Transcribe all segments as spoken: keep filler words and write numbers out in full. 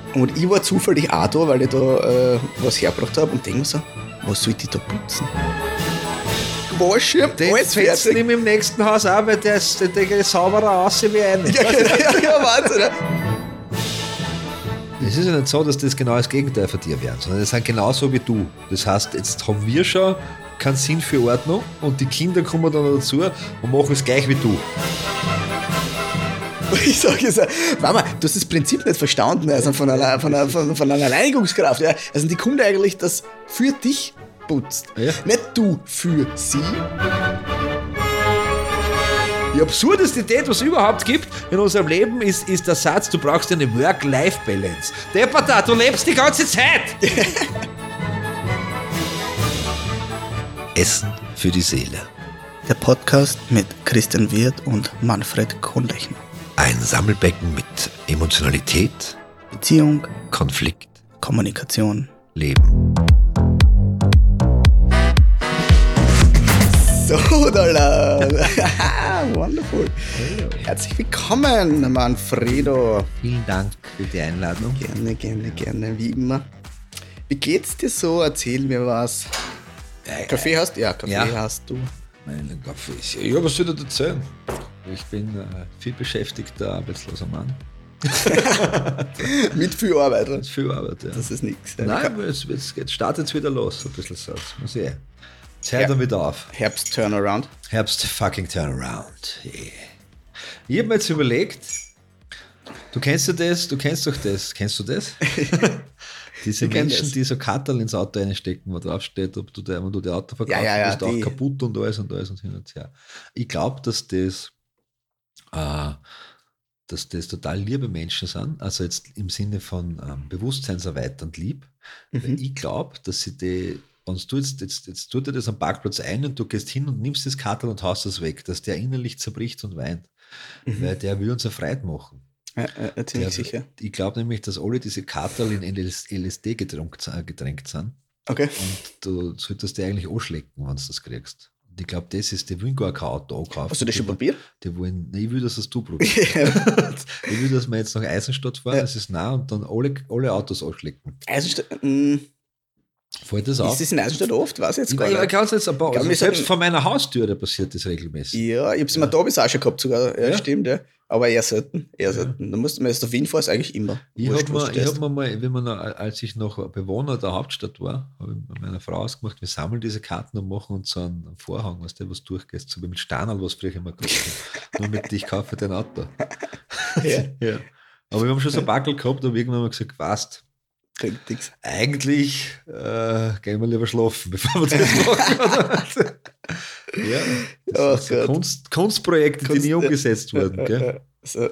Und ich war zufällig auch da, weil ich da äh, was hergebracht habe und denke mir so, was soll ich da putzen? Waschen, Den alles fetzen fertig. ihm im nächsten Haus auch, weil der ist, der geht sauberer aus wie eine. Ja, ja, ja, Wahnsinn. Ne? Es ist ja nicht so, dass das genau das Gegenteil von dir wäre, sondern das sind genauso wie du. Das heißt, jetzt haben wir schon keinen Sinn für Ordnung und die Kinder kommen dann dazu und machen es gleich wie du. Ich sage jetzt, Mama, du hast das Prinzip nicht verstanden, also von einer, von einer, von, von einer Reinigungskraft. Ja. Also die Kunde eigentlich das für dich putzt, Ja. nicht du für sie. Die Absurdität, was es überhaupt gibt in unserem Leben, ist, ist der Satz, du brauchst eine Work-Life-Balance. Deppata, du lebst die ganze Zeit! Essen für die Seele. Der Podcast mit Christian Wirth und Manfred Kohnlechner. Ein Sammelbecken mit Emotionalität, Beziehung, Konflikt, Kommunikation. Leben. So, Dollar. Wonderful. Herzlich willkommen, Manfredo. Vielen Dank für die Einladung. Gerne, gerne, gerne, wie immer. Wie geht's dir so? Erzähl mir was. Kaffee hast du? Ja, Kaffee Ja. hast du. Mein Kaffee ist ja. Ja, was soll ich dir erzählen? Ich bin äh, viel beschäftigter, arbeitsloser Mann. Mit viel Arbeit. Das ist viel Arbeit, ja. Das ist nichts. Nein, aber es, es geht, startet jetzt wieder los, ein bisschen so. Das muss ich eh. Jetzt hört Ja. dann wieder auf. Herbst Turnaround. Herbst fucking Turnaround. Yeah. Ich habe mir jetzt überlegt, du kennst ja das, du kennst doch das, kennst du das? Diese Ich kenn Menschen, das. die so Katterl ins Auto einstecken, wo drauf steht, ob du, der, wenn du die Auto verkaufst, Ja, ja, ja, bist du auch die- kaputt und alles und alles und hin und her. Ich glaube, dass das, äh, dass das total liebe Menschen sind, also jetzt im Sinne von ähm, bewusstseinserweiternd lieb. Mhm. Weil ich glaube, dass sie die, wenn du jetzt, jetzt, jetzt tut dir das am Parkplatz ein und du gehst hin und nimmst das Katterl und haust es weg, dass der innerlich zerbricht und weint. Mhm. Weil der will uns eine Freude machen. Ja, äh, ziemlich Der, sicher. Ich glaube nämlich, dass alle diese Katterl in L S D gedrängt, äh, gedrängt sind. Okay. Und du solltest die eigentlich anschlecken, wenn du das kriegst. Und ich glaube, das ist, die wollen gar kein Auto ankaufen. Hast du das schon Die wollen- probiert? Die wollen, nein, ich will, dass das du probierst. Ja. Ich will, dass wir jetzt nach Eisenstadt fahren, Ja. das ist nah, und dann alle, alle Autos anschlecken. Eisenstadt, mh, Fällt das auf? ist das in Eisenstadt oft? Weiß ich jetzt Ich, gar ich, ich nicht. kann es jetzt aber, glaub, also wir selbst sollten- vor meiner Haustür da passiert das regelmäßig. Ja, ich hab's immer da bis auch schon gehabt sogar. Ja, Ja. stimmt, ja. Aber eher selten. Eher Ja. selten. Da musst du mir jetzt auf Wien fahren, ist eigentlich immer. Ich Wurscht, habe wo mir, du ich stehst. hab mir mal, wenn man noch, als ich noch Bewohner der Hauptstadt war, habe ich mit meiner Frau ausgemacht, wir sammeln diese Karten und machen uns so einen Vorhang, was der was durchgehst, so wie mit Steinern, was früher immer gekostet hat. Nur mit ich kaufe dein Auto. Ja. Ja. Aber wir haben schon so einen Backel gehabt, aber irgendwann haben wir gesagt, weißt, Kriegt nix. eigentlich äh, gehen wir lieber schlafen, bevor wir das machen. Ja, Oh das sind so Gott. Kunst, Kunstprojekte, Kunst- die nie umgesetzt wurden. Gell? So.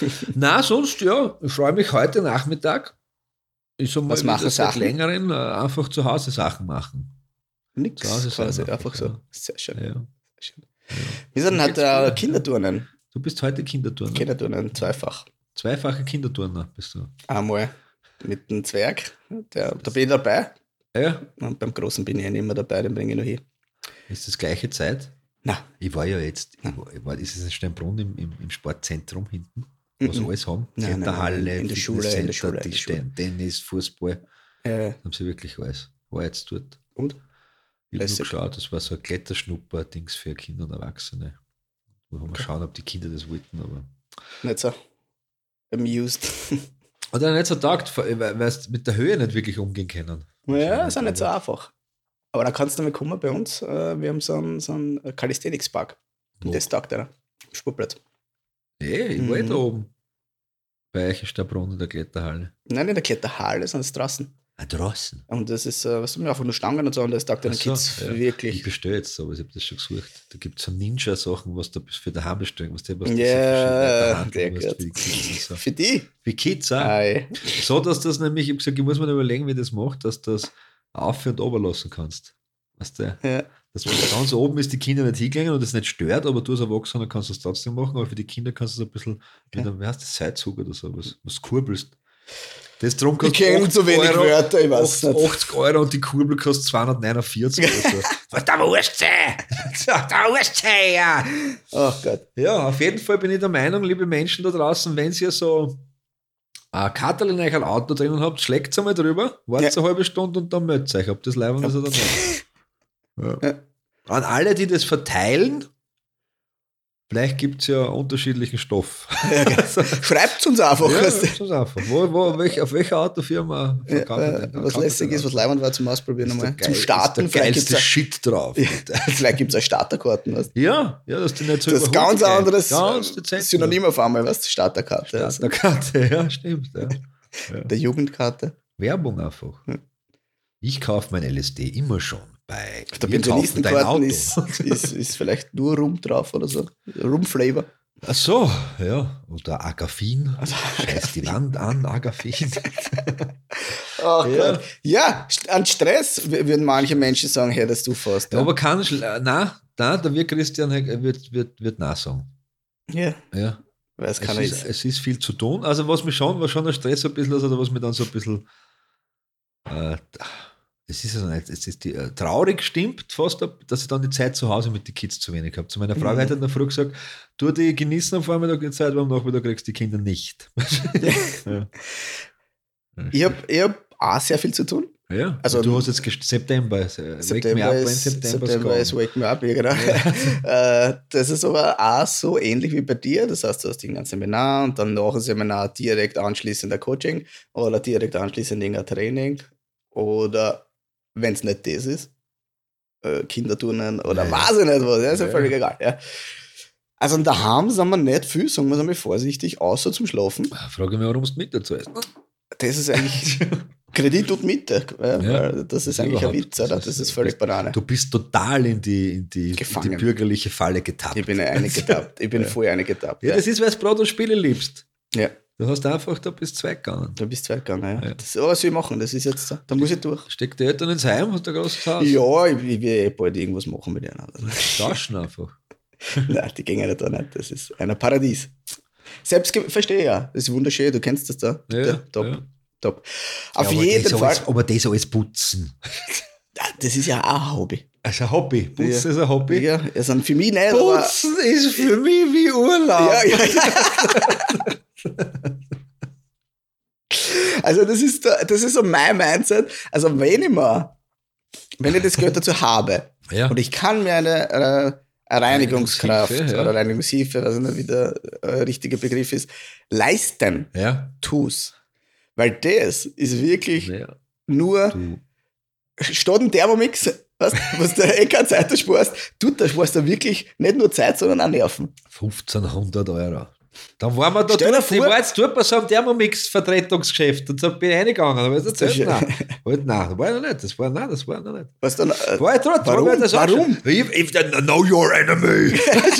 Na, sonst, ja, ich freue mich heute Nachmittag. Ich soll mal Was machen wieder seit Sachen? längerem äh, einfach zu Hause Sachen machen. Nix. Zu Hause sein Quasi. einfach, Einfach so. ja. Sehr schön. Ja. Sehr schön. Wir sind halt äh, Kinderturnen. Du bist heute Kinderturner. Kinderturnen, zweifach. Zweifache Kinderturner bist du. Einmal mit dem Zwerg, der, da bin ich dabei. Ja. Und beim Großen bin ich ja nicht mehr dabei, den bringe ich noch hin. Ist das gleiche Zeit? Na, Ich war ja jetzt, ich war, ich war, ist es in Steinbrunn im, im, im Sportzentrum hinten, wo sie Mhm. alles haben. Nein, nein, Kletterhalle, nein, in der Schule, in der Schule, in der Tischtennis, Schule. Tennis, Fußball. äh, Haben sie wirklich alles. War jetzt dort. und? Ich habe nur Lässig. geschaut, das war so ein Kletterschnupper-Dings für Kinder und Erwachsene. Wo wir mal schauen, ob die Kinder das wollten, aber. Nicht so amused. Hat er nicht so taugt, weil weil sie mit der Höhe nicht wirklich umgehen können. Ja, ist auch nicht so einfach. Aber da kannst du damit kommen bei uns. Äh, wir haben so einen, so einen Calisthenics-Park. Wo? Und das taugt einer. Am Sportplatz. Nee, ich war eh Mhm. da oben. Bei euch in Steinbrunn in der Kletterhalle. Nein, in der Kletterhalle, sondern es ist draußen. Ah, draußen. Und das ist, äh, was haben wir einfach nur Stangen und so, und das taugt den Ach so, Kids ja. Ich wirklich. bestelle jetzt so, aber ich habe das schon gesucht. Da gibt es so Ninja-Sachen, was du für daheim bestellen musst. Was Ja, du der für gut. die Kids und so. Für die? Für Kids auch. Ei. So, dass das nämlich, ich habe gesagt, ich muss mir überlegen, wie das macht, dass du das auf und runter lassen kannst. Weißt du? Ja. Dass was ganz oben ist, die Kinder nicht hingegangen und das nicht stört, aber du als Erwachsener kannst das trotzdem machen, aber für die Kinder kannst du es ein bisschen mit einem, wie heißt das, Seilzug oder so, was, was kurbelst. Das drum Ich kostet kenne zu wenig Euro, Wörter, ich weiß achtzig, nicht. achtzig Euro und die Kurbel kostet zweihundertneunundvierzig oder so. Was da wurscht sein! Da wurscht sein, ja! Ach Gott. Ja, auf jeden Fall bin ich der Meinung, liebe Menschen da draußen, wenn ihr so, ein Kartel in euch ein Auto drinnen habt, schlägt es einmal drüber, wartet ja. eine halbe Stunde und dann meldet euch, ob das leibend ist oder nicht. Ja. Ja. An alle, die das verteilen, vielleicht gibt es ja unterschiedlichen Stoff. Ja, okay. Schreibt es uns einfach. Ja, schreibt uns einfach. Wo, wo, welch, auf welcher Autofirma verkauft ja, äh, Was lässig ist, was leibend war zum Ausprobieren einmal. Zum Starten. Ist der geilste Shit drauf. Ja, vielleicht gibt es auch Starterkarten. Weißt? Ja, ja, dass die nicht so das ist ganz anderes ganz Synonym auf einmal, was die Starterkarte. Starterkarte, ja, stimmt. Ja. Ja. Der Jugendkarte. Werbung einfach. Ja. Ich kaufe mein L S D immer schon. Bei der Pensionistenkarten ist, ist, ist vielleicht nur Rum drauf oder so. Rum-Flavor. Ach so, ja. Oder Agafin. Also, scheiß die Wand an, Agafin. Oh ja. Gott. Ja, an Stress würden manche Menschen sagen, hey, dass du fährst. Ja, aber kann ich, nein, da wird Christian wird, wird, wird nein sagen. Ja. Ja. Weiß es, ist, es ist viel zu tun. Also was mich schon, was schon der Stress ein bisschen, also was mir dann so ein bisschen äh, es ist also nicht, es ist die, äh, traurig stimmt fast, dass ich dann die Zeit zu Hause mit den Kids zu wenig habe. Zu meiner Frau mhm. hat in der Früh gesagt, du die genießen am Vormittag die Zeit, aber am Nachmittag kriegst du die Kinder nicht. Ja. Ich habe ich hab auch sehr viel zu tun. Ja, also du hast jetzt gest- September, äh, September, Wake Me Up ist, September, September ist Wake Me Up, ja genau. Ja. äh, das ist aber auch so ähnlich wie bei dir, das heißt, du hast irgendein Seminar und dann nach dem Seminar direkt anschließend ein Coaching oder direkt anschließend irgendein Training oder wenn es nicht das ist, äh, Kinderturnen oder ja, weiß ich nicht was, ja, ist ja, ja völlig egal. Ja. Also daheim sind wir nicht viel, sagen wir es einmal vorsichtig, außer zum Schlafen. Frage mich, warum du mit dazu essen. Das ist eigentlich Kredit und Miete. Ja, ja, das ist eigentlich ein Witz, oder? Das ist völlig Banane. Du bist total in die, in die, in die bürgerliche Falle getappt. Ich bin eine getappt. Ich bin ja. voll eine getappt. Ja, ja, das ist, weil du Brot und Spiele liebst. Ja. Du hast einfach, da bist zwei gegangen. Du bist zwei gegangen, ja. ja. Das, was soll ich machen? Das ist jetzt, da muss ich durch. Steckt die Eltern ins Heim? Hast du ein großes Haus? Ja, ich, ich will eh bald irgendwas machen mit ihnen. Tauschen einfach. Nein, die gehen ja da nicht. Das ist ein Paradies. Selbst verstehe ich ja. Das ist wunderschön. Du kennst das da. Ja, top. Ja. Top. Auf ja, jeden Fall. Alles, aber das alles putzen. Das ist ja auch ein Hobby. Also ein Hobby. Putzen ja. ist ein Hobby. Ja, also für mich nicht. Putzen aber ist für mich wie Urlaub. Ja, ja. Also das ist, das ist so mein Mindset. Also wenn ich mal, wenn ich das Geld dazu habe ja. und ich kann mir eine, eine Reinigungskraft Reinigungshilfe, ja. oder Reinigungshilfe, was nicht wieder der richtige Begriff ist, leisten, ja. tu's. Weil das ist wirklich ja. nur du. statt ein Thermomix, was, was du eh keine Zeit sparst, du, da sparst du wirklich nicht nur Zeit, sondern auch Nerven. fünfzehnhundert Euro. Dann waren wir da Stell dort, vor, ich war jetzt dort bei so einem Thermomix-Vertretungsgeschäft und da bin ich reingegangen. Aber das ist nein. Halt, nein, das war noch nicht. Das war, nein, das war noch nicht. Was dann, äh, war ich dort? Warum? War das warum? If, if they know your enemy.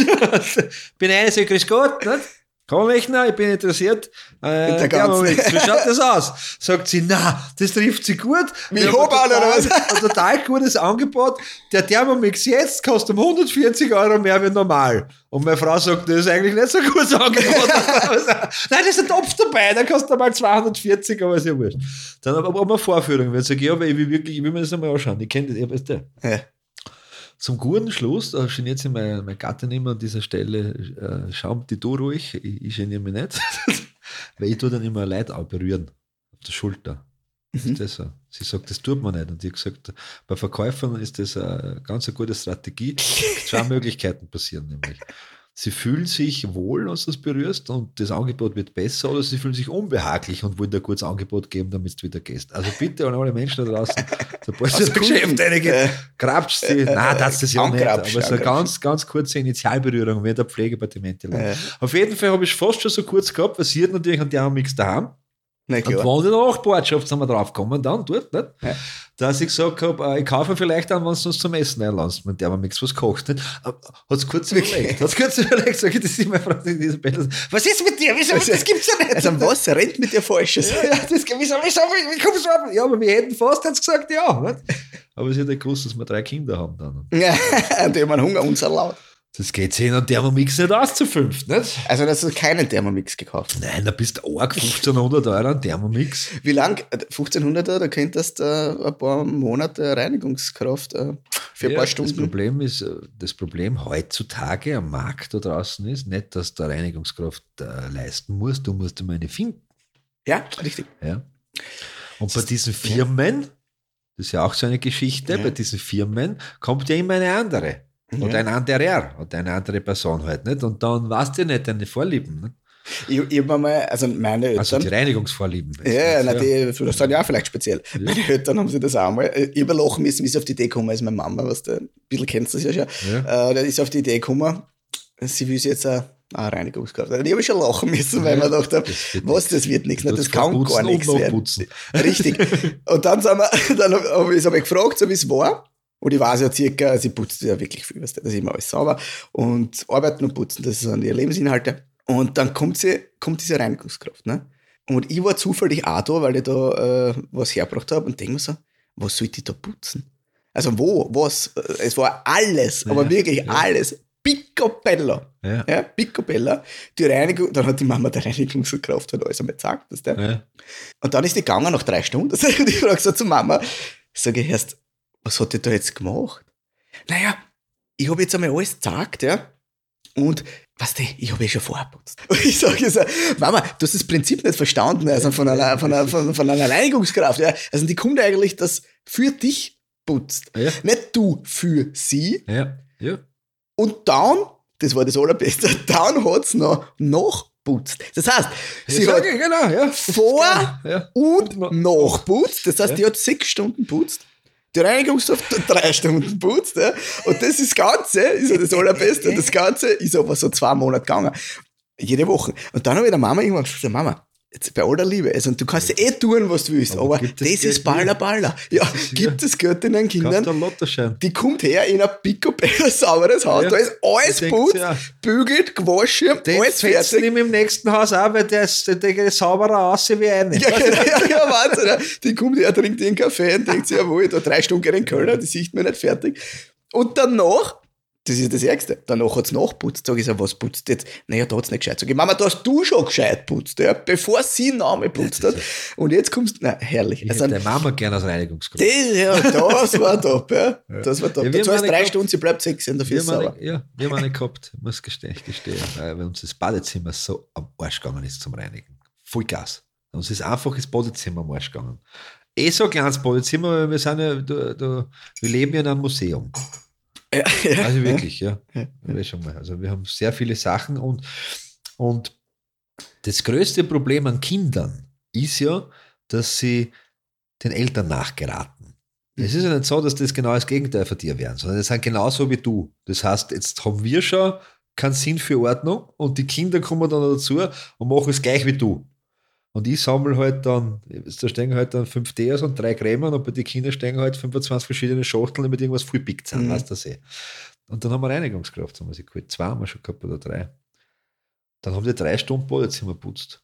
Bin ich so, grüß Gott, nicht? Komm ich noch, ich bin interessiert. Äh, Thermomix, wie schaut das aus? Sagt sie, na, das trifft sie gut. Wie hoch oder was? Ein total gutes Angebot. Der Thermomix jetzt kostet um hundertvierzig Euro mehr wie normal. Und meine Frau sagt, das ist eigentlich nicht so ein gutes Angebot. Nein, da ist ein Topf dabei, der kostet mal zweihundertvierzig, aber ist ja wurscht. Dann aber um eine Vorführung, wenn ich sage, ja, aber ich will wirklich, ich will mir das einmal anschauen. Ich kenne das, ich weiß das. Ja. Zum guten Schluss, da geniert sich meine, meine Gattin immer an dieser Stelle, äh, schau die du ruhig, ich, ich geniere mich nicht, weil ich tue dann immer Leute auch berühren, auf der Schulter. Mhm. Ist das so? Sie sagt, das tut man nicht. Und ich habe gesagt, bei Verkäufern ist das eine ganz eine gute Strategie. Zwei Möglichkeiten passieren nämlich. Sie fühlen sich wohl, wenn du das berührst und das Angebot wird besser, oder sie fühlen sich unbehaglich und wollen dir ein gutes Angebot geben, damit du wieder gehst. Also bitte an alle Menschen da draußen, sobald es ein Geschäft reingeht, äh, grapscht sie. Äh, Nein, das ist das ja nicht. Aber so eine ganz, ganz kurze Initialberührung, wie in der Pflege bei Dementen. Äh. Auf jeden Fall habe ich fast schon so kurz gehabt, weil sie hat natürlich einen Thermomix daheim. Na klar. Und von der Nachbarschaft sind wir drauf gekommen, dann dort, nicht? Ja. Dass ich gesagt habe, ich kaufe vielleicht an, wenn du uns zum Essen einlässt, mit der man nichts was kocht. Hat es kurz überlegt. Hat es kurz überlegt, sag ich, das ist meine Frau, Isabella. Was ist mit dir? Wieso, also, das gibt's ja nicht. Also was rennt mit dir Falsches? Ja, ja, das, wieso, wieso, wie kommst du ab? Ja, aber wir hätten fast jetzt gesagt, ja. Nicht? Aber sie hat nicht gewusst, dass wir drei Kinder haben dann. Ja, und die haben einen Hunger unser laut. Das geht sich in einem Thermomix nicht aus zu fünft, nicht? Also hast du keinen Thermomix gekauft? Nein, da bist du arg, fünfzehnhundert Euro ein Thermomix. Wie lang? fünfzehnhundert, da könntest du äh, ein paar Monate Reinigungskraft äh, für ein ja, paar Stunden. Das Problem ist, das Problem heutzutage am Markt da draußen ist nicht, dass du Reinigungskraft äh, leisten musst, du musst immer eine finden. Ja, richtig. Ja. Und bei diesen Firmen, das ist ja auch so eine Geschichte, Ja. bei diesen Firmen kommt ja immer eine andere. Ja. Oder ein anderer, oder eine andere Person halt, nicht? Und dann weißt du nicht deine Vorlieben. Nicht? Ich, ich habe mal, also meine Eltern. Also die Reinigungsvorlieben. Ja, ja, na, die, das sind ja auch vielleicht speziell. Ja. Meine Eltern haben sich das auch mal überlachen müssen, wie sie auf die Idee gekommen ist. Meine Mama, was du, ein bisschen kennst du das ja schon, ja. Äh, da ist auf die Idee gekommen, sie will sich jetzt eine, eine Reinigungskraft. Die habe ich schon lachen müssen, weil ja. man gedacht habe, was, das wird nichts, das, das kann gar nichts werden. Richtig. Und dann, sind wir, dann habe ich, hab ich gefragt, so wie es war. Und ich weiß ja circa, sie putzt ja wirklich viel, das ist immer alles sauber. Und arbeiten und putzen, das sind ihre Lebensinhalte. Und dann kommt sie, kommt diese Reinigungskraft, ne? Und ich war zufällig auch da, weil ich da äh, was hergebracht habe und denke mir so, was soll ich da putzen? Also wo, was? Es war alles, ja, aber wirklich ja. alles. Picobello. Ja. Ja, Picobello. Die Reinigung, dann hat die Mama der Reinigungskraft halt alles einmal gesagt. Weißt du? Ja. Und dann ist die gegangen nach drei Stunden. Und ich frage so zu Mama, sage ich erst, was hat die da jetzt gemacht? Naja, ich habe jetzt einmal alles gesagt, ja. Und, weißt du, ich habe eh schon vorgeputzt. Und ich sage so, Mama, du hast das Prinzip nicht verstanden, also von einer, von einer, von, von einer Reinigungskraft. Ja. Also die kommt eigentlich, dass für dich putzt. Ja. Nicht du für sie. Ja. Ja. Und dann, das war das Allerbeste, dann hat es noch nachputzt. Das heißt, sie ja, hat genau, ja. vor- ja. und nachputzt. Das heißt, ja. die hat sechs Stunden putzt. Die Reinigungskraft drei Stunden putzt. Ja. Und das ist das Ganze, ist ja das Allerbeste. Das Ganze ist aber so zwei Monate gegangen. Jede Woche. Und dann habe ich der Mama irgendwann gesagt, Mama, jetzt bei aller Liebe, also du kannst ja eh tun, was du willst, aber, aber das ist Baller Baller. Ja, das gibt es Geld in den Kindern. Die kommt her in ein Picobello sauberes Haus, ja. Da ist alles putzt, ja. bügelt, gewaschen, den alles fertig. Den im nächsten Haus auch, weil der ist, der ist sauberer aus wie eine. Ja, ja, ja, Wahnsinn. Ja. Die kommt her, trinkt den Kaffee und denkt sich, jawohl, da drei Stunden in Köln, die sieht mir nicht fertig. Und danach, das ist das Ärgste. Danach hat es nachputzt. Sag ich so, was putzt jetzt? Naja, da hat es nicht gescheit. Sag ich, Mama, da hast du schon gescheit putzt, ja, bevor sie einen Namen putzt hat. Und jetzt kommst du, na, herrlich. Ich also, hätte der Mama gerne als Reinigungskraft. Das, ja, das war top, ja. Das war top. Ja, dazu hast drei gehabt. Stunden, sie bleibt sechs in der Füße sauber. Ja, wir haben eine gehabt, muss gestehen, gestehen, weil uns das Badezimmer so am Arsch gegangen ist zum Reinigen. Voll Gas. Uns ist einfach das Badezimmer am Arsch gegangen. Eh so ein kleines Badezimmer, weil wir sind ja, da, da, wir leben ja in einem Museum. Ja, ja, also wirklich, ja. ja. ja. Schon mal. Also wir haben sehr viele Sachen und, und das größte Problem an Kindern ist ja, dass sie den Eltern nachgeraten. Es ist ja nicht so, dass das genau das Gegenteil von dir wären, sondern das sind genauso wie du. Das heißt, jetzt haben wir schon keinen Sinn für Ordnung und die Kinder kommen dann dazu und machen es gleich wie du. Und ich sammle halt dann, da stehen halt dann fünf Deos und drei Cremen und bei den Kindern stehen halt fünfundzwanzig verschiedene Schachteln, die mit irgendwas voll pickt sind, mhm. weißt du das eh. Und dann haben wir Reinigungskraft, haben wir sie geholt. Zwei haben wir schon gehabt oder drei. Dann haben die drei Stunden Badezimmer putzt.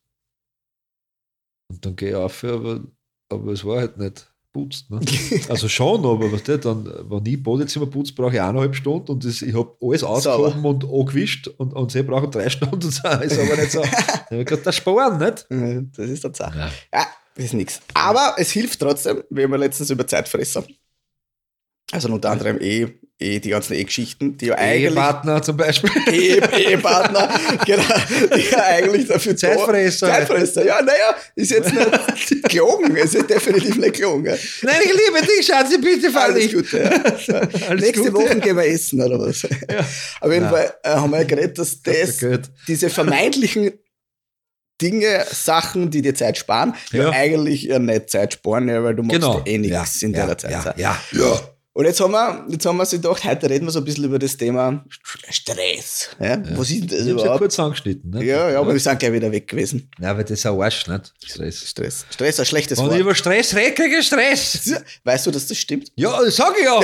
Und dann gehe ich auf, aber, aber es war halt nicht putzt. Ne? Also schon, aber weißt du, dann, wenn ich Badezimmer putze, brauche ich eineinhalb Stunden und das, ich habe alles ausgehoben und angewischt und, und sie brauchen drei Stunden und so. Ist aber nicht so. Da habe ich gerade das Sparen, nicht? Das ist der Sache. Ja. ja, das ist nichts. Aber es hilft trotzdem, wir haben ja letztens über Zeitfresser. Also unter anderem eh, eh die ganzen E-Geschichten, die ja eigentlich... Ehepartner zum Beispiel. E- Ehepartner, genau, die ja eigentlich dafür... Zeitfresser. Da, Zeitfresser, ja, naja, ist jetzt nicht gelogen, es ist definitiv nicht gelogen. Nein, ich liebe dich, Schatzi, bitte fall nicht. Alles Gute, ja. Alles Nächste Gute. Woche gehen wir essen, oder was? Ja. Auf jeden Nein. Fall äh, haben wir ja geredet, dass das, das diese vermeintlichen Dinge, Sachen, die dir Zeit sparen, ja, ja eigentlich ja nicht Zeit sparen, ja, weil du machst genau. eh nichts ja. in ja. der Zeit. Ja, ja, ja. Und jetzt haben wir, jetzt haben wir sich gedacht, heute reden wir so ein bisschen über das Thema Stress. Ja? Ja. Was ist denn das ich überhaupt? Ja kurz angeschnitten. Nicht? Ja, ja, aber ja. wir sind gleich wieder weg gewesen. Ja, aber das ist ein Arsch, nicht? Stress. Stress. Stress ist ein schlechtes Wort. Wort. Und über Stress rede, kriege ich Stress. Weißt du, dass das stimmt? Ja, das sag ich ja.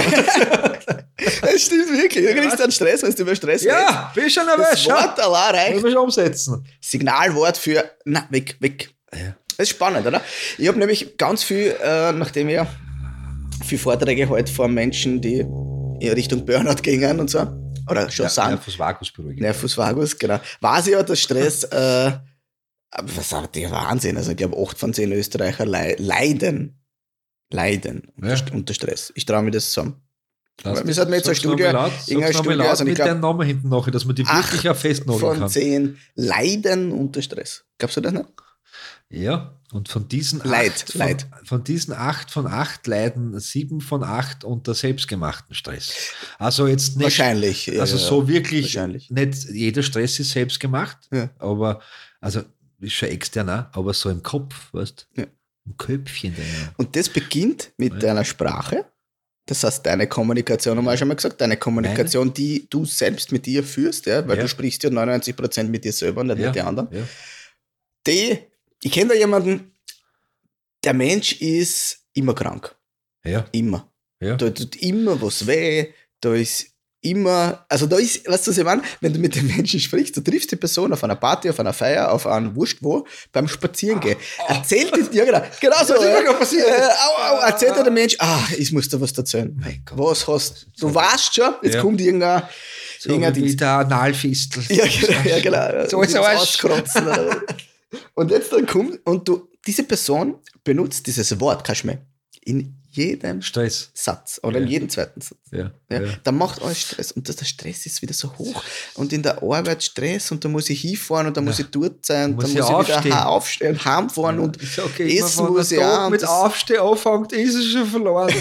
Das stimmt wirklich. Du kriegst dann Stress, wenn du über Stress redest. Ja, bist schon nervös. Das Wort allein reicht. Müssen wir schon umsetzen. Signalwort für, na, weg, weg. Ja. Das ist spannend, oder? Ich habe nämlich ganz viel, äh, nachdem ich viele Vorträge halt vor Menschen, die in Richtung Burnout gingen und so, oder schon ja, sagen. Nervus vagus beruhigen. Nervus vagus, genau. Weiß ich ja, dass Stress, äh, was sagt der Wahnsinn, also ich glaube, acht von zehn Österreicher le- leiden, leiden ja. unter, unter Stress. Ich traue mir das zusammen. Das wir sollten jetzt eine Studie, irgendeine Studie, laut, also ich mit glaub, deinem Namen hinten nachher, dass man die wirklich auch festnageln kann. von zehn leiden unter Stress. Glaubst du das nicht? Ja, und von diesen Leid, acht, Leid. Von, von diesen acht von acht leiden sieben von acht unter selbstgemachten Stress. Also jetzt nicht. Wahrscheinlich. Ja, also ja, so wirklich, wahrscheinlich. nicht jeder Stress ist selbstgemacht, Ja. aber, also ist schon extern auch, aber so im Kopf, weißt du, Ja. im Köpfchen. Deiner. Und das beginnt mit Ja. deiner Sprache. Das heißt, deine Kommunikation, haben wir schon mal gesagt, deine Kommunikation, Meine? die du selbst mit dir führst, ja, weil Ja. du sprichst ja neunundneunzig Prozent mit dir selber, nicht Ja. mit den anderen. Ja. Die, ich kenne da jemanden, der Mensch ist immer krank. Ja. Immer. Ja. Da tut immer was weh, da ist immer, also da ist, weißt du, was ich meine? Wenn du mit den Menschen sprichst, du triffst die Person auf einer Party, auf einer Feier, auf einem Wurscht wo, beim Spazierengehen. Ah, Erzählt dir, ja genau, genau so. Das ist Ja, wirklich passiert. äh, au, au, erzählt dir der Mensch, ah, ich muss dir was erzählen. Mein Gott. Was hast du? Du weißt schon, jetzt Ja. kommt irgendein, So irgendein wie Dings. der Analfistel. Ja, genau, ja, genau. So ist Ins er. Auskrotzen. oder? Und jetzt dann kommt, und du, diese Person benutzt dieses Wort, kannst du mehr, in jedem Stress. Satz oder Ja. in jedem zweiten Satz. Ja. Ja, Ja. dann macht alles Stress und das, der Stress ist wieder so hoch und in der Arbeit Stress und da muss ich hinfahren und da muss Ja. ich dort sein, Muss dann ich muss ich aufstehen. wieder heimstehen und heimfahren und Ist okay, immer essen wenn muss der ich Tag auch. und mit das- Aufstehen anfängt, ist es schon verloren.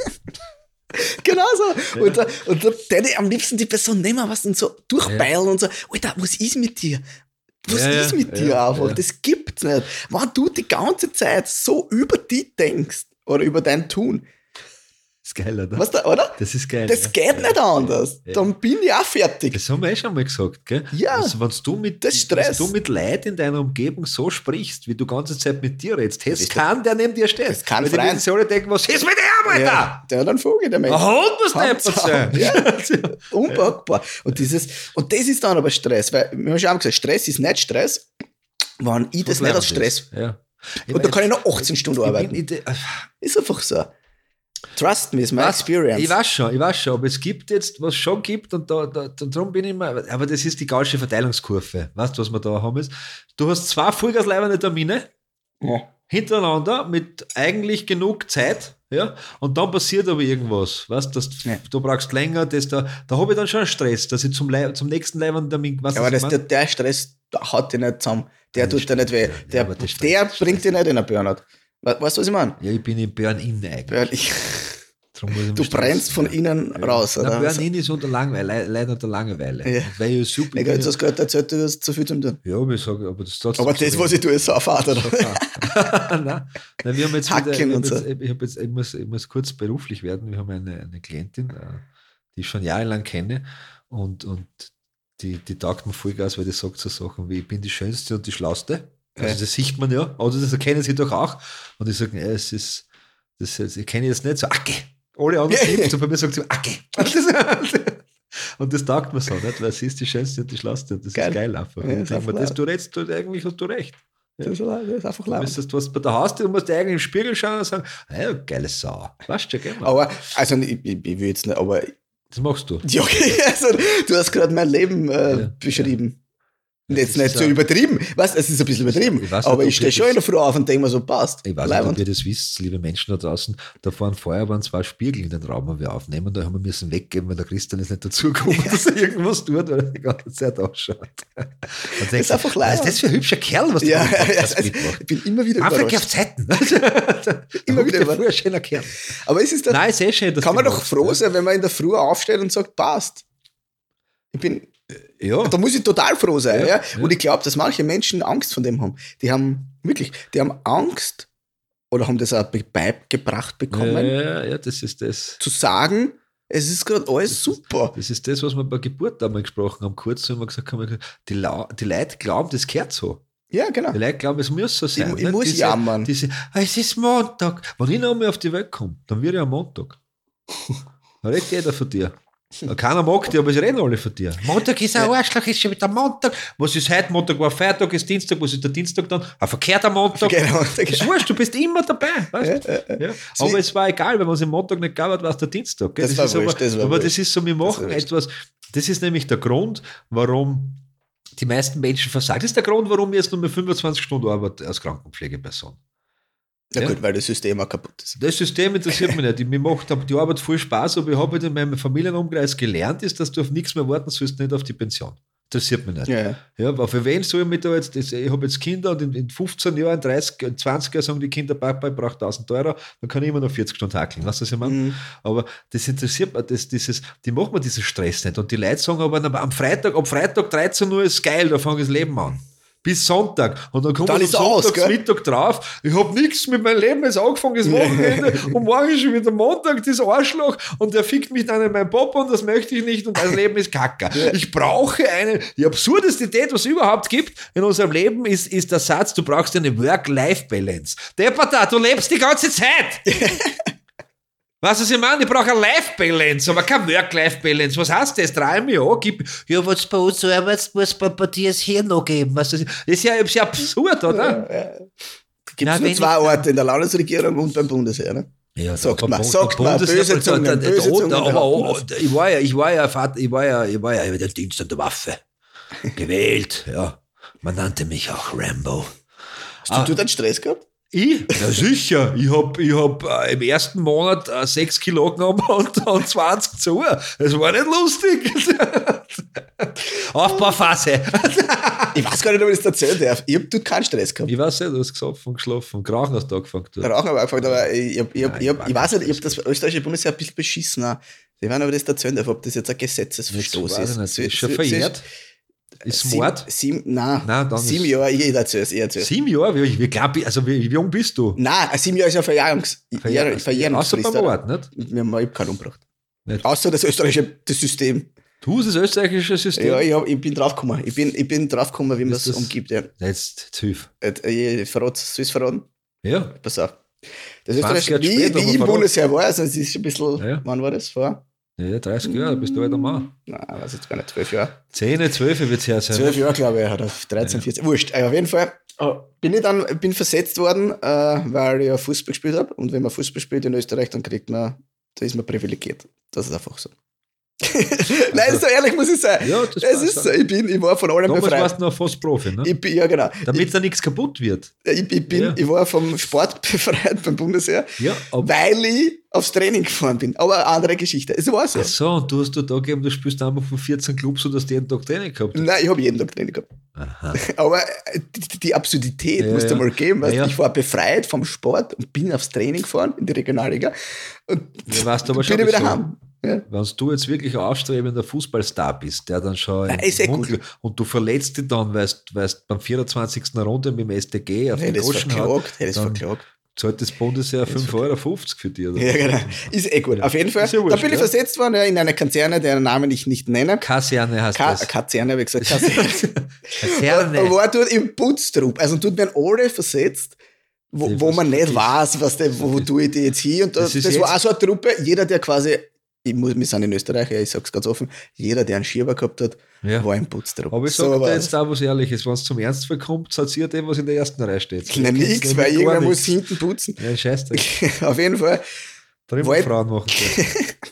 Genau so. Und, da, und da hätte ich am liebsten die Person nehmen was und so durchbeilen und so, Alter, was ist mit dir? Was Ja, ist ja, mit dir ja, einfach? ja. Das gibt's nicht. Wenn du die ganze Zeit so über dich denkst oder über dein Tun, Das ist geil, oder? weißt du, oder? Das ist geil. Das ja. geht ja. nicht anders. Ja. Dann bin ich auch fertig. Das haben wir eh schon mal gesagt, gell? Ja, Also, wenn du mit, das ist Stress. wenn du mit Leuten in deiner Umgebung so sprichst, wie du die ganze Zeit mit dir redest, das Richtig. kann der neben dir steht. Das kann Weil die freien. werden sich alle denken, was ist mit dem, Alter? Ja, der dann vogel der Mensch. Ein Hund muss Hauptsache, deppert sein. ja. Unpackbar. Und, dieses, und das ist dann aber Stress, weil wir haben schon gesagt, Stress ist nicht Stress, wenn ich das nicht als Stress. Ja. Und da kann ich noch achtzehn Stunden arbeiten. Ich, bin, ich, Ist einfach so. Trust me, is my Was? experience. Ich weiß schon, ich weiß schon, aber es gibt jetzt, was es schon gibt, und da, da, da darum bin ich immer, aber das ist die Gaußsche Verteilungskurve. Weißt du, was wir da haben ist? Du hast zwei vollgasleibende Termine Ja. hintereinander mit eigentlich genug Zeit, ja, und dann passiert aber irgendwas, weißt du, Ja. du brauchst länger, das da, da habe ich dann schon Stress, dass ich zum, Lei- zum nächsten leibenden Termin, was Aber das, der, der Stress der hat dich nicht zusammen. Der Ja, das tut dir nicht weh. stimmt, ja. Der, Aber das der Stress- bringt dich nicht in einen Burnout. We- Weißt du, was ich meine? Ja, ich bin im Burn-In eigentlich. Burn- ich- Darum muss ich Du mich brennst stressen. von innen Ja. raus, Na, oder? Burn-In ist unter Langeweile, leider unter Langeweile. Ja. Weil ich super Ich habe jetzt das gehört, erzählt, du hast zu viel zu tun. Ja, aber ich sage, aber das ist trotzdem Aber das, so was ich tue, ist Saufahrt, oder? Nein, nein, wir haben jetzt Hacken wieder, ich, und hab so. jetzt, ich, hab jetzt, ich, muss, ich muss kurz beruflich werden. Wir haben eine, eine Klientin, äh, die ich schon jahrelang kenne und, und die, die taugt mir Vollgas, weil die sagt so Sachen wie, ich bin die Schönste und die Schlauste. Also Ja. das sieht man ja, oder das erkennen sie doch auch. Und ich sage, ja, es ist, das, das, ich kenne jetzt nicht so, Acke. Alle anderen gibt und bei mir sagt sie, Acke. Und das taugt mir so, nicht? Weil sie ist die Schönste und die Schlauste. Und das Geil. ist geil einfach. Ja, und ist denk mir, einfach das, laut. du redest, du, eigentlich hast du recht. Das ist, das ist einfach Du laut. müsstest was bei der Haustür, du musst dir eigentlich im Spiegel schauen und sagen, hey, geile Sau. Weißt du, gell, Mann? Aber, also ich, ich, ich will jetzt nicht, aber Das machst du. ja, okay, also, du hast gerade mein Leben äh, Ja, beschrieben. Und Das jetzt ist nicht so ja- übertrieben. Weißt du, es ist ein bisschen übertrieben. Ich weiß nicht, aber ob ich stehe ihr schon das- in der Früh auf und denke mir so, passt. Ich weiß nicht, ob Leibend. ihr das wisst, liebe Menschen da draußen. Da fahren vorher waren zwei Spiegel in den Raum, wo wir aufnehmen. Da haben wir müssen weggeben, weil der Christian ist nicht dazugekommen, dass er irgendwas tut, weil er die ganze Zeit ausschaut. Das ist einfach leid. Was ist das für ein hübscher Kerl, was Ja, der ja, Podcast also, mitmacht? ich bin immer wieder Afrika überrascht. auf Zeiten. Immer wieder Ein überrascht. schöner Kerl. Aber es ist dann, Nein, ist eh schön, dass kann du man doch machst, froh ja. sein, wenn man in der Früh aufsteht und sagt, passt. Ich bin, Ja, da muss ich total froh sein. Ja, Ja, ja. Und ich glaube, dass manche Menschen Angst von dem haben. Die haben wirklich, die haben Angst oder haben das auch be- beigebracht bekommen, ja, ja, ja, das ist das. zu sagen, es ist gerade alles super. Das ist das, was wir bei Geburt einmal gesprochen haben, kurz, wenn wir gesagt haben, die, La die Leute glauben, das gehört so. Ja, genau. Die Leute glauben, es muss so sein. ich nicht? muss diese, jammern. Diese, ah, es ist Montag. Wenn ich noch einmal auf die Welt komme, dann wird ich am Montag. Da redet jeder von dir. Keiner mag dich, aber sie reden alle von dir. Montag ist ein Arschloch, ist schon wieder Montag. Was ist heute? Montag war Feiertag, ist Dienstag, was ist der Dienstag dann? Ein verkehrter Montag. Genau. Das ist wurscht, du bist immer dabei. Weißt du? Ja. Aber es war egal, weil man es am Montag nicht gab, war es der Dienstag. Gell? Das war ist aber, wurscht, das war aber wurscht. das ist so, wir machen war wurscht. etwas. Das ist nämlich der Grund, warum die meisten Menschen versagen. Das ist der Grund, warum ich jetzt nur mehr fünfundzwanzig Stunden arbeite als Krankenpflegeperson. Na Ja. gut, weil das System auch kaputt ist. Das System interessiert mich nicht. Mir macht die Arbeit voll Spaß, aber ich habe halt in meinem Familienumkreis gelernt, ist, dass du auf nichts mehr warten sollst, nicht auf die Pension. interessiert mich nicht. Ja, ja. Ja, aber für wen soll ich mich da jetzt, das, ich habe jetzt Kinder und in, in fünfzehn Jahren, dreißig, zwanzig Jahren sagen die Kinder, Papa, ich brauche tausend Euro, dann kann ich immer noch vierzig Stunden hackeln, weißt du, was ich meine? Mhm. Aber das interessiert mich, das, dieses, die machen mir diesen Stress nicht. Und die Leute sagen aber, aber am Freitag, ab Freitag dreizehn Uhr ist geil, da fange ich das Leben an. Bis Sonntag. Und dann kommt Dann am ist er aus, Sonntag gell? Mittag drauf. Ich habe nichts mit meinem Leben jetzt angefangen, das Wochenende. Und morgen ist schon wieder Montag, das Arschloch. Und der fickt mich dann in meinen Papa und das möchte ich nicht. Und mein Leben ist Kacke. Ich brauche eine, die absurdeste Idee, was es überhaupt gibt in unserem Leben, ist, ist der Satz, du brauchst eine Work-Life-Balance. Deppata, du lebst die ganze Zeit. Weißt du, was ich meine? Ich brauche eine Life-Balance, aber keine Work-Life-Balance. Was heißt das? Dreimal ja, gib, ja, was bei uns so arbeitet, muss bei, bei dir es hier noch geben. Weißt du, das ist ja, ist ja absurd, oder? Ja, ja. Gibt es nur zwei Orte, in der Landesregierung und beim Bundesheer, ne? Ja, sagt man, Bund- sagt man, Bundesheer- böse Zungen, da- da- böse da- Zungen aber behaupten oh, das. ich war ja, ich war ja, Vater, ich war ja, ich war ja über den Dienst an der Waffe gewählt, ja. Man nannte mich auch Rambo. Hast du, du dann Stress gehabt? Ich? Ja, sicher. Ich habe ich hab, äh, im ersten Monat äh, sechs Kilo genommen und, und zwanzig zu. Das war nicht lustig. Aufbauphase. Ich weiß gar nicht, ob ich das erzählen darf. Ich habe keinen Stress gehabt. Ich weiß nicht, du hast gesoffen, geschlafen, Krachen hast du angefangen. Du. Rauchen habe ich angefangen, aber ich, hab, ich, hab, Nein, ich, hab, war ich weiß kein nicht, ich habe das österreichische Bundesheer ein bisschen beschissen. auch. Ich weiß nicht, ob ich das erzählen darf, ob das jetzt ein Gesetzesverstoß Weiß ich ist. nicht. Sie- Ist schon sie- verjährt. Ist es Mord? Sieben, sieben, nein, Nein, dann sieben ist- Jahre, ich erzähle es, ich erzähle es. Sieben Jahre? Wie, wie, glaub ich, also wie, wie jung bist du? Nein, sieben Jahre ist ja Verjährungs Verjähr- Verjähr- Verjährungsfrist. Außer beim oder? Mord, nicht? Wir haben ich hab keinen umgebracht. Nicht. Außer das österreichische das System. Du hast das österreichische System? Ja, ich, hab, ich bin draufgekommen. Ich bin, ich bin draufgekommen, wie man Ist es das- umgibt. Ja. Jetzt, jetzt hilf. Äh, Ich verrate, soll ich es verraten? Ja. Pass auf. Das zwanzig österreichische, Jahre wie, später, wie aber im verrate. Bundesheer war, also es ist schon ein bisschen, Ja. wann war das? Vor? Ja, dreißig Jahre, bist du alter Mann. Nein, weiß jetzt gar nicht, zwölf Jahre. zehn, zwölf wird es her sein. Zwölf Jahre, glaube ich, oder dreizehn, vierzehn, wurscht. Aber auf jeden Fall äh, bin ich dann bin versetzt worden, äh, weil ich ja Fußball gespielt habe. Und wenn man Fußball spielt in Österreich, dann kriegt man, da ist man privilegiert. Das ist einfach so. Nein, so ehrlich muss ich sein. Ja, das es passt ist so, ich, bin, ich war von allem Damals befreit. warst du noch fast Profi, ne? Ich bin, ja, genau. Damit da nichts kaputt wird. Ich, ich, bin, Ja. ich war vom Sport befreit beim Bundesheer, Ja, aber. weil ich aufs Training gefahren bin. Aber eine andere Geschichte. Es war so. Ach so, und du hast dort angegeben, du spielst einfach von vierzehn Clubs, so dass du jeden Tag Training gehabt hast. Nein, ich habe jeden Tag Training gehabt. Aha. Aber äh, die, die Absurdität Ja, musst du ja. mal geben. Weißt? Ja, ja. Ich war befreit vom Sport und bin aufs Training gefahren in die Regionalliga. Und Ja, weißt du aber bin schon, ich wieder wieso? heim. Ja. Wenn du jetzt wirklich ein aufstrebender Fußballstar bist, der dann schon Nein, im ist eh gut. Mund- und du verletzt dich dann, weil du beim vierundzwanzigsten Runde mit dem S D G auf Hey, den das ist Groschen hat, verklagt. Hey, das ist dann verklagt. zahlt das Bundesheer fünf Euro fünfzig für dich. Oder? Ja, genau. Ist eh gut. Ja. Auf jeden Fall. Ist ja da wurscht, bin ich ja. versetzt worden ja, in eine Kaserne, deren Namen ich nicht nenne. Kaserne heißt Ka das. Kaserne, habe ich gesagt. Kaserne. Kaserne. war dort im Putztrupp. Also dort werden alle versetzt, wo, Die wo was man nicht wirklich- weiß, was der, wo tue ich die jetzt hin. Und das, Das ist das war jetzt- auch so eine Truppe, jeder, der quasi, ich muss, wir sind in Österreich, ja, ich sag's ganz offen, jeder, der einen Schieber gehabt hat, Ja. war im Putztrupp. Aber ich So sage dir war's. jetzt auch was Ehrliches, wenn es zum Ernstfall kommt, seid ihr dem, was in der ersten Reihe steht. Na, Ihr nix, kennt's weil nämlich gar irgendwer muss nichts. hinten putzen. Ja, scheiße. Auf jeden Fall, Drüben Wollt- Frauen machen das.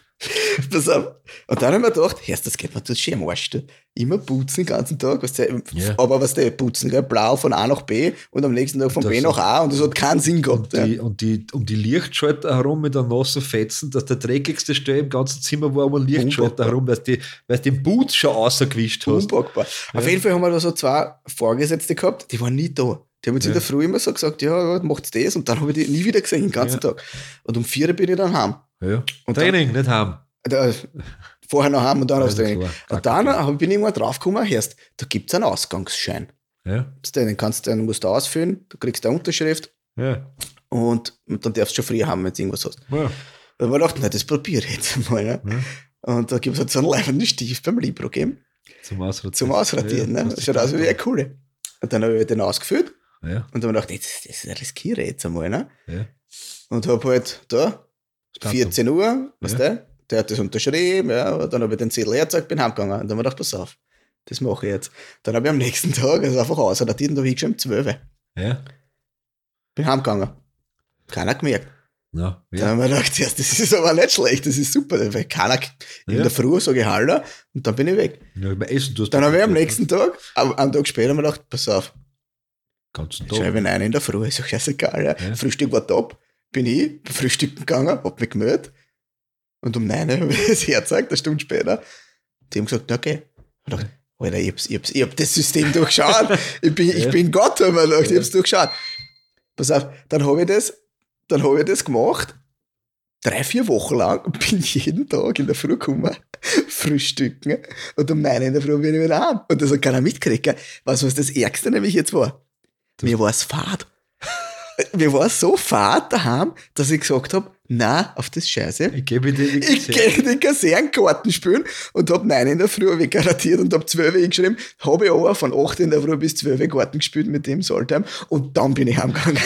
pass auf. Und dann haben wir gedacht, Herr, das geht mir tut schön am Arsch. Du. Immer putzen den ganzen Tag. Was der, Ja. Aber was der putzen, gell? Blau von A nach B und am nächsten Tag von Das B ist- nach A und das hat keinen Sinn gehabt. Und die, und die, um die Lichtschalter herum mit einem nassen Fetzen, dass der dreckigste Stelle im ganzen Zimmer war, um einen Lichtschalter Unpackbar. herum, weil du weil du den Boot schon rausgewischt Ja. hast. Unpackbar. Auf jeden Fall haben wir da so zwei Vorgesetzte gehabt, die waren nie da. Die haben jetzt Ja. in der Früh immer so gesagt, ja, ja macht's das und dann habe ich die nie wieder gesehen, den ganzen Ja. Tag. Und um vier bin ich dann heim. Ja. Und Training, nicht haben. Da, vorher noch heim und dann aufs Also Training. klar, gar Und dann kein hab- bin ich irgendwann draufgekommen, hörst, da gibt's einen Ausgangsschein. Ja. Den kannst du, den musst du ausfüllen, du kriegst eine Unterschrift Ja. und dann darfst du schon früher haben, wenn du irgendwas hast. Ja. Da habe ich gedacht, na, das probiere ich jetzt mal. Ne? Ja. Und da gibt es halt so einen leibenden Stift beim Libro geben, Zum Ausradieren. zum Ausradieren. Ja, ne? das Das schaut aus wie eine Coole. Und dann habe ich den ausgefüllt Ja. und dann habe ich gedacht, das, das riskiere ich jetzt einmal. Ne? Ja. Und habe halt da, Stand vierzehn Uhr, weißt Ja. du, der hat das unterschrieben, ja, und dann habe ich den Zettel hergezeigt, bin heimgegangen. Und dann habe ich gedacht, pass auf, das mache ich jetzt. Dann habe ich am nächsten Tag, also einfach ausradiert, und da habe ich geschrieben, zwölf. Ja. Bin heimgegangen. Keiner gemerkt. Ja. Dann Ja. haben wir gedacht, ja, das ist aber nicht schlecht, das ist super. Weil keiner, in Ja. der Früh sage ich Hallo und dann bin ich weg. Ja, beim Essen tust du Dann habe ich am das, nächsten Tag, am- einen Tag später, mir gedacht, pass auf, Ganzen ich schreibe Tag. ihn ein in der Früh, ist doch scheißegal. Ja. Ja. Frühstück war top, bin ich beim Frühstücken gegangen, hab mich gemeldet und um neun Uhr habe ich das hergezeigt, eine Stunde später. Die haben gesagt, na, okay. Ich dachte, Alter, ich, hab's, ich, hab's, ich hab das System durchschaut. ich bin, ich bin Gott, haben wir gedacht, ich hab's durchschaut. Pass auf, dann habe ich das, dann habe ich das gemacht, drei, vier Wochen lang, und bin jeden Tag in der Früh gekommen, frühstücken, und um neun in der Früh bin ich wieder heim. Und das hat keiner mitgekriegt. Weißt du, was das Ärgste nämlich jetzt war? Mir war es fad. Mir war es so fad daheim, dass ich gesagt habe, nein, auf das Scheiße. Ich gebe dir die Ich gehe den Kasernkarten spielen und habe neun in der Früh weggaratiert und habe zwölf eingeschrieben, habe ich aber von acht in der Früh bis zwölf Karten gespielt mit dem Saltheim und dann bin ich heimgegangen.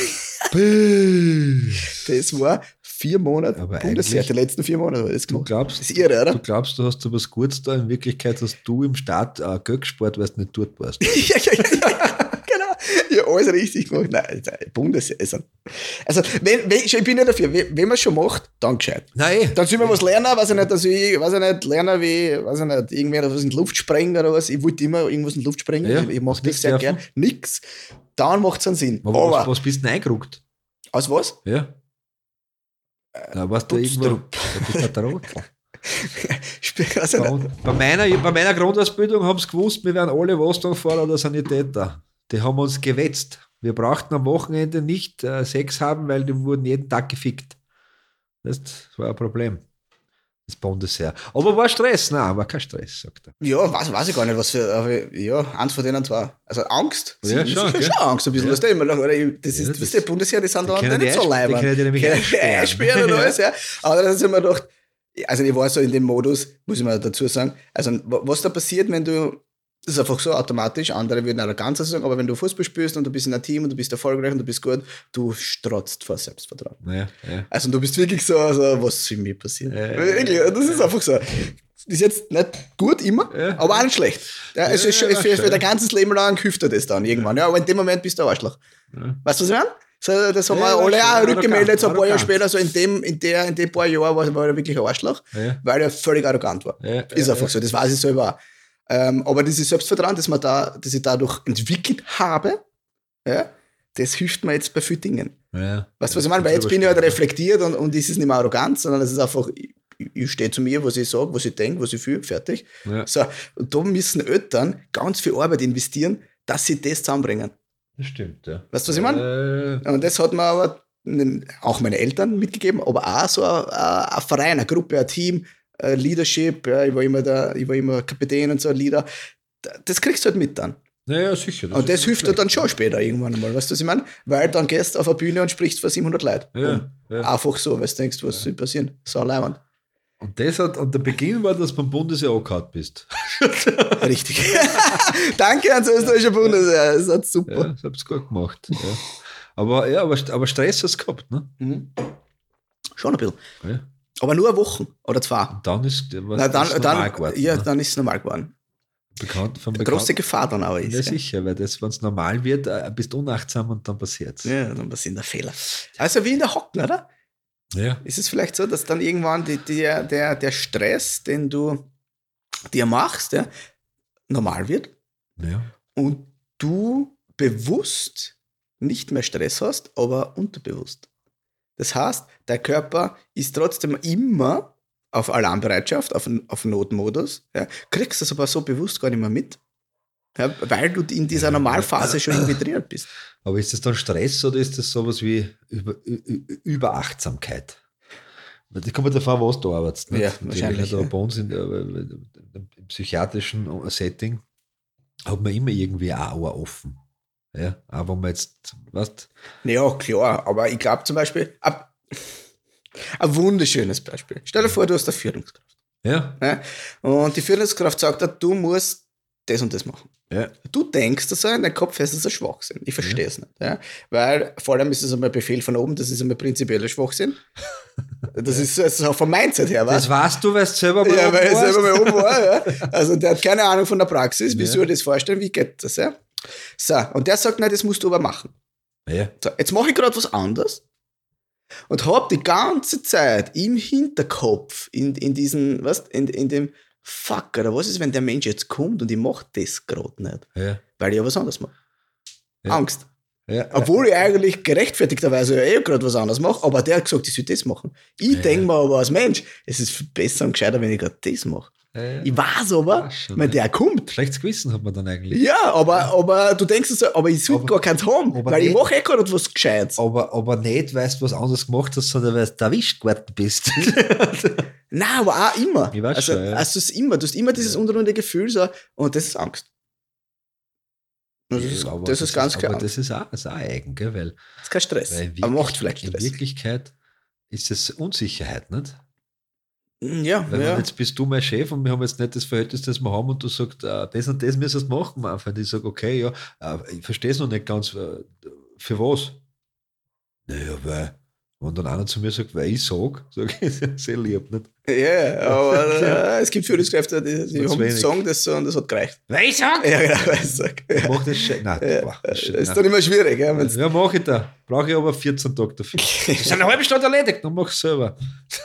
Das war vier Monate Aber Bundeswehr, die letzten vier Monate habe ich das Du gemacht. glaubst, Das ist irre, oder? du glaubst, du hast so was Gutes da. In Wirklichkeit hast du im Staat äh, Geld gespart, weil du nicht dort warst. ja, ja, ja, ja, genau. Ich habe alles richtig gemacht. Nein, Bundeswehr. Also, also wenn, wenn, ich bin ja dafür, wenn, wenn man es schon macht, dann gescheit. Nein. Dann soll man was lernen, weiß ich nicht, dass ich, weiß ich nicht, lernen wie, weiß ich nicht, irgendwer was in die Luft sprengen oder was. Ich wollte immer irgendwas in die Luft sprengen. Ja, ich ich mache hast das nichts sehr dürfen? gern. Nix. Dann macht es einen Sinn. Aber, Aber, was, was bist du denn eingerückt? aus was? Ja. Na, warst du irgendwo? Putztrupp. Du bist ein Drogen. Spiel, weiß ich Bei, nicht. bei, meiner, bei meiner Grundausbildung haben sie gewusst, wir wären alle Wasserfahrer oder Sanitäter. Die haben uns gewetzt. Wir brauchten am Wochenende nicht äh, Sex haben, weil die wurden jeden Tag gefickt. Das war ein Problem. Das Bundesheer. Aber war Stress? Nein, war kein Stress, sagt er. Ja, weiß, weiß ich gar nicht, was für, aber ja, eins von denen zwei. Also Angst. Ja, Sie- schon, sie- gell? schon Angst, ein bisschen. Ja. Das, immer noch, oder? Ich- das ist, Ja, das das- ist der Bundesheer, die sind da können nicht die so einsperren, leibend. die können die nämlich einsperren. einsperren und alles, ja. Aber dann sind wir gedacht, also ich war so in dem Modus, muss ich mal dazu sagen, also wa- was da passiert, wenn du, das ist einfach so automatisch, andere würden auch ganz so sagen, aber wenn du Fußball spielst und du bist in einem Team und du bist erfolgreich und du bist gut, du strotzt vor Selbstvertrauen. Ja, ja. Also du bist wirklich so, also, was soll mir passieren? Ja, ja, Wirklich, das ist einfach so. Das ist jetzt nicht gut immer, Ja. aber auch nicht schlecht. Ja, es Ja, ist schon, ja, für, für schön. dein ganzes Leben lang hilft dir das dann irgendwann. Ja, aber in dem Moment bist du ein Arschloch. Ja. Weißt du, was ich meine? So, das haben Ja, wir war alle schön, auch war rückgemeldet, so ein paar Jahre arrogant. später, so in dem, in der, in den paar Jahren war, war er wirklich ein Arschloch, Ja. weil er völlig arrogant war. Ja, Ist ja, einfach ja. so, das weiß ich selber auch. Ähm, aber dieses Selbstvertrauen, das, man da, das ich dadurch entwickelt habe, ja, das hilft mir jetzt bei vielen Dingen. Ja. Weißt du, was ich meine? Weil jetzt bin ich halt reflektiert und, und es ist nicht mehr arrogant, sondern es ist einfach, ich, ich stehe zu mir, was ich sage, was ich denke, was ich fühle, fertig. Ja. So, und da müssen Eltern ganz viel Arbeit investieren, dass sie das zusammenbringen. Das stimmt, ja. Weißt du, was ich meine? Äh, Und das hat mir aber auch meine Eltern mitgegeben, aber auch so ein, ein Verein, eine Gruppe, ein Team, ein Leadership, ja, ich war immer der, ich war immer Kapitän und so ein Leader. Das kriegst du halt mit dann. naja, sicher. Und das ist hilft dir schlecht. dann schon später irgendwann einmal, weißt du, was ich meine? Weil dann gehst du auf eine Bühne und sprichst vor siebenhundert Leuten. Ja, Und ja. Einfach so, weil du denkst, was soll passieren? So leibend. Und, das hat, und der Beginn war, dass du beim Bundesheer angehauen bist. Richtig. Danke ans österreichische Bundesheer, das hat super. Ja, das hab's gut gemacht. Ja. Aber, ja, aber, aber Stress hast du gehabt, ne? Mhm. Schon ein bisschen. Ja. Aber nur eine Woche oder zwei. Und dann ist was Na, dann, ist normal dann, geworden. ja, ne? dann ist es normal geworden. Bekannt, vom Eine Bekannt, große Gefahr dann aber ist. Ja, Ja, sicher, weil das, wenn es normal wird, äh, bist du unachtsam und dann passiert's. ja, dann passieren da Fehler. Also wie in der Hocken, oder? Ja. Ist es vielleicht so, dass dann irgendwann die, die, der, der Stress, den du dir machst, ja, normal wird ja. und du bewusst nicht mehr Stress hast, aber unterbewusst. Das heißt, dein Körper ist trotzdem immer auf Alarmbereitschaft, auf, auf Notmodus, ja, kriegst das aber so bewusst gar nicht mehr mit, ja, weil du in dieser Normalphase schon irgendwie drin bist. Aber ist das dann Stress oder ist das sowas wie Über, Ü- Überachtsamkeit? Weil das kommt mir davon, was du arbeitest. Nicht? Ja, Und wahrscheinlich, Da ja. bei uns in der, im psychiatrischen Setting hat man immer irgendwie ein Ohr offen. Ja, auch wenn man jetzt, weißt Ja, klar, aber ich glaube zum Beispiel, ein, ein wunderschönes Beispiel. Stell dir vor, du hast eine Führungskraft. ja, Ja? Und die Führungskraft sagt dir, du musst das und das machen. ja, Du denkst das so, in deinem Kopf ist es ein Schwachsinn. Ich verstehe es nicht. Ja? Weil vor allem ist es einmal Befehl von oben, das ist einmal prinzipieller Schwachsinn. Das ist, das ist auch vom Mindset her, was? das weißt du, weil du selber mal Ja, oben weil er warst. selber mal oben war. Ja. Also der hat keine Ahnung von der Praxis. Wie Ja. soll ich das vorstellen? Wie geht das? Ja? So, und der sagt, nein, das musst du aber machen. Ja, So, jetzt mache ich gerade was anderes und habe die ganze Zeit im Hinterkopf, in, in diesen, was, in, in dem Fuck, oder was ist, wenn der Mensch jetzt kommt und ich mache das gerade nicht, ja, weil ich ja was anderes mache. Ja. Angst. ja. Obwohl ich eigentlich gerechtfertigterweise ja eh gerade was anderes mache, aber der hat gesagt, ich soll das machen. Ich Ja. denke mir aber als Mensch, es ist viel besser und gescheiter, wenn ich gerade das mache. Ja. Ich weiß aber, schon, wenn ja. der kommt. Schlechtes Gewissen hat man dann eigentlich. Ja, aber, aber du denkst so, aber ich sollte Aber- gar keins haben, aber weil ich nicht- mache eh gar nicht was Gescheites. Aber, aber nicht, weil du was anderes gemacht hast, sondern weil du erwischt geworden bist. Nein, aber auch immer. Ich weiß also, schon, ja. also es ist immer, du hast immer dieses unterliegende Gefühl so, und das ist Angst. Und das ist, Ja, aber das ist ganz klar. Aber Angst. das ist auch, das ist auch eigen, gell? Weil, Das ist kein Stress. weil in Aber macht Wirklich- vielleicht in Stress. Wirklichkeit ist es Unsicherheit, nicht? Ja, Weil ja. jetzt bist du mein Chef und wir haben jetzt nicht das Verhältnis, das wir haben und du sagst, äh, das und das müsstest du machen. Einfach. Ich sage, okay, ja, äh, ich verstehe es noch nicht ganz. Äh, für was? Naja, weil, wenn dann einer zu mir sagt, weil ich sage, sage ich, sehr lieb, nicht? Ja, aber äh, es gibt Führungskräfte, die, die Nur zu haben wenig. sagen das so und das hat gereicht. Weil ich sage? Ja, genau, weil ich sag. Ja. Mach das schön. Nein, Ja, boah, das das ist, ist nein. dann immer schwierig. Ja, wenn's- Ja, mach ich da. Brauche ich aber vierzehn Tage dafür. Das ist eine halbe Stunde erledigt, dann mach ich selber.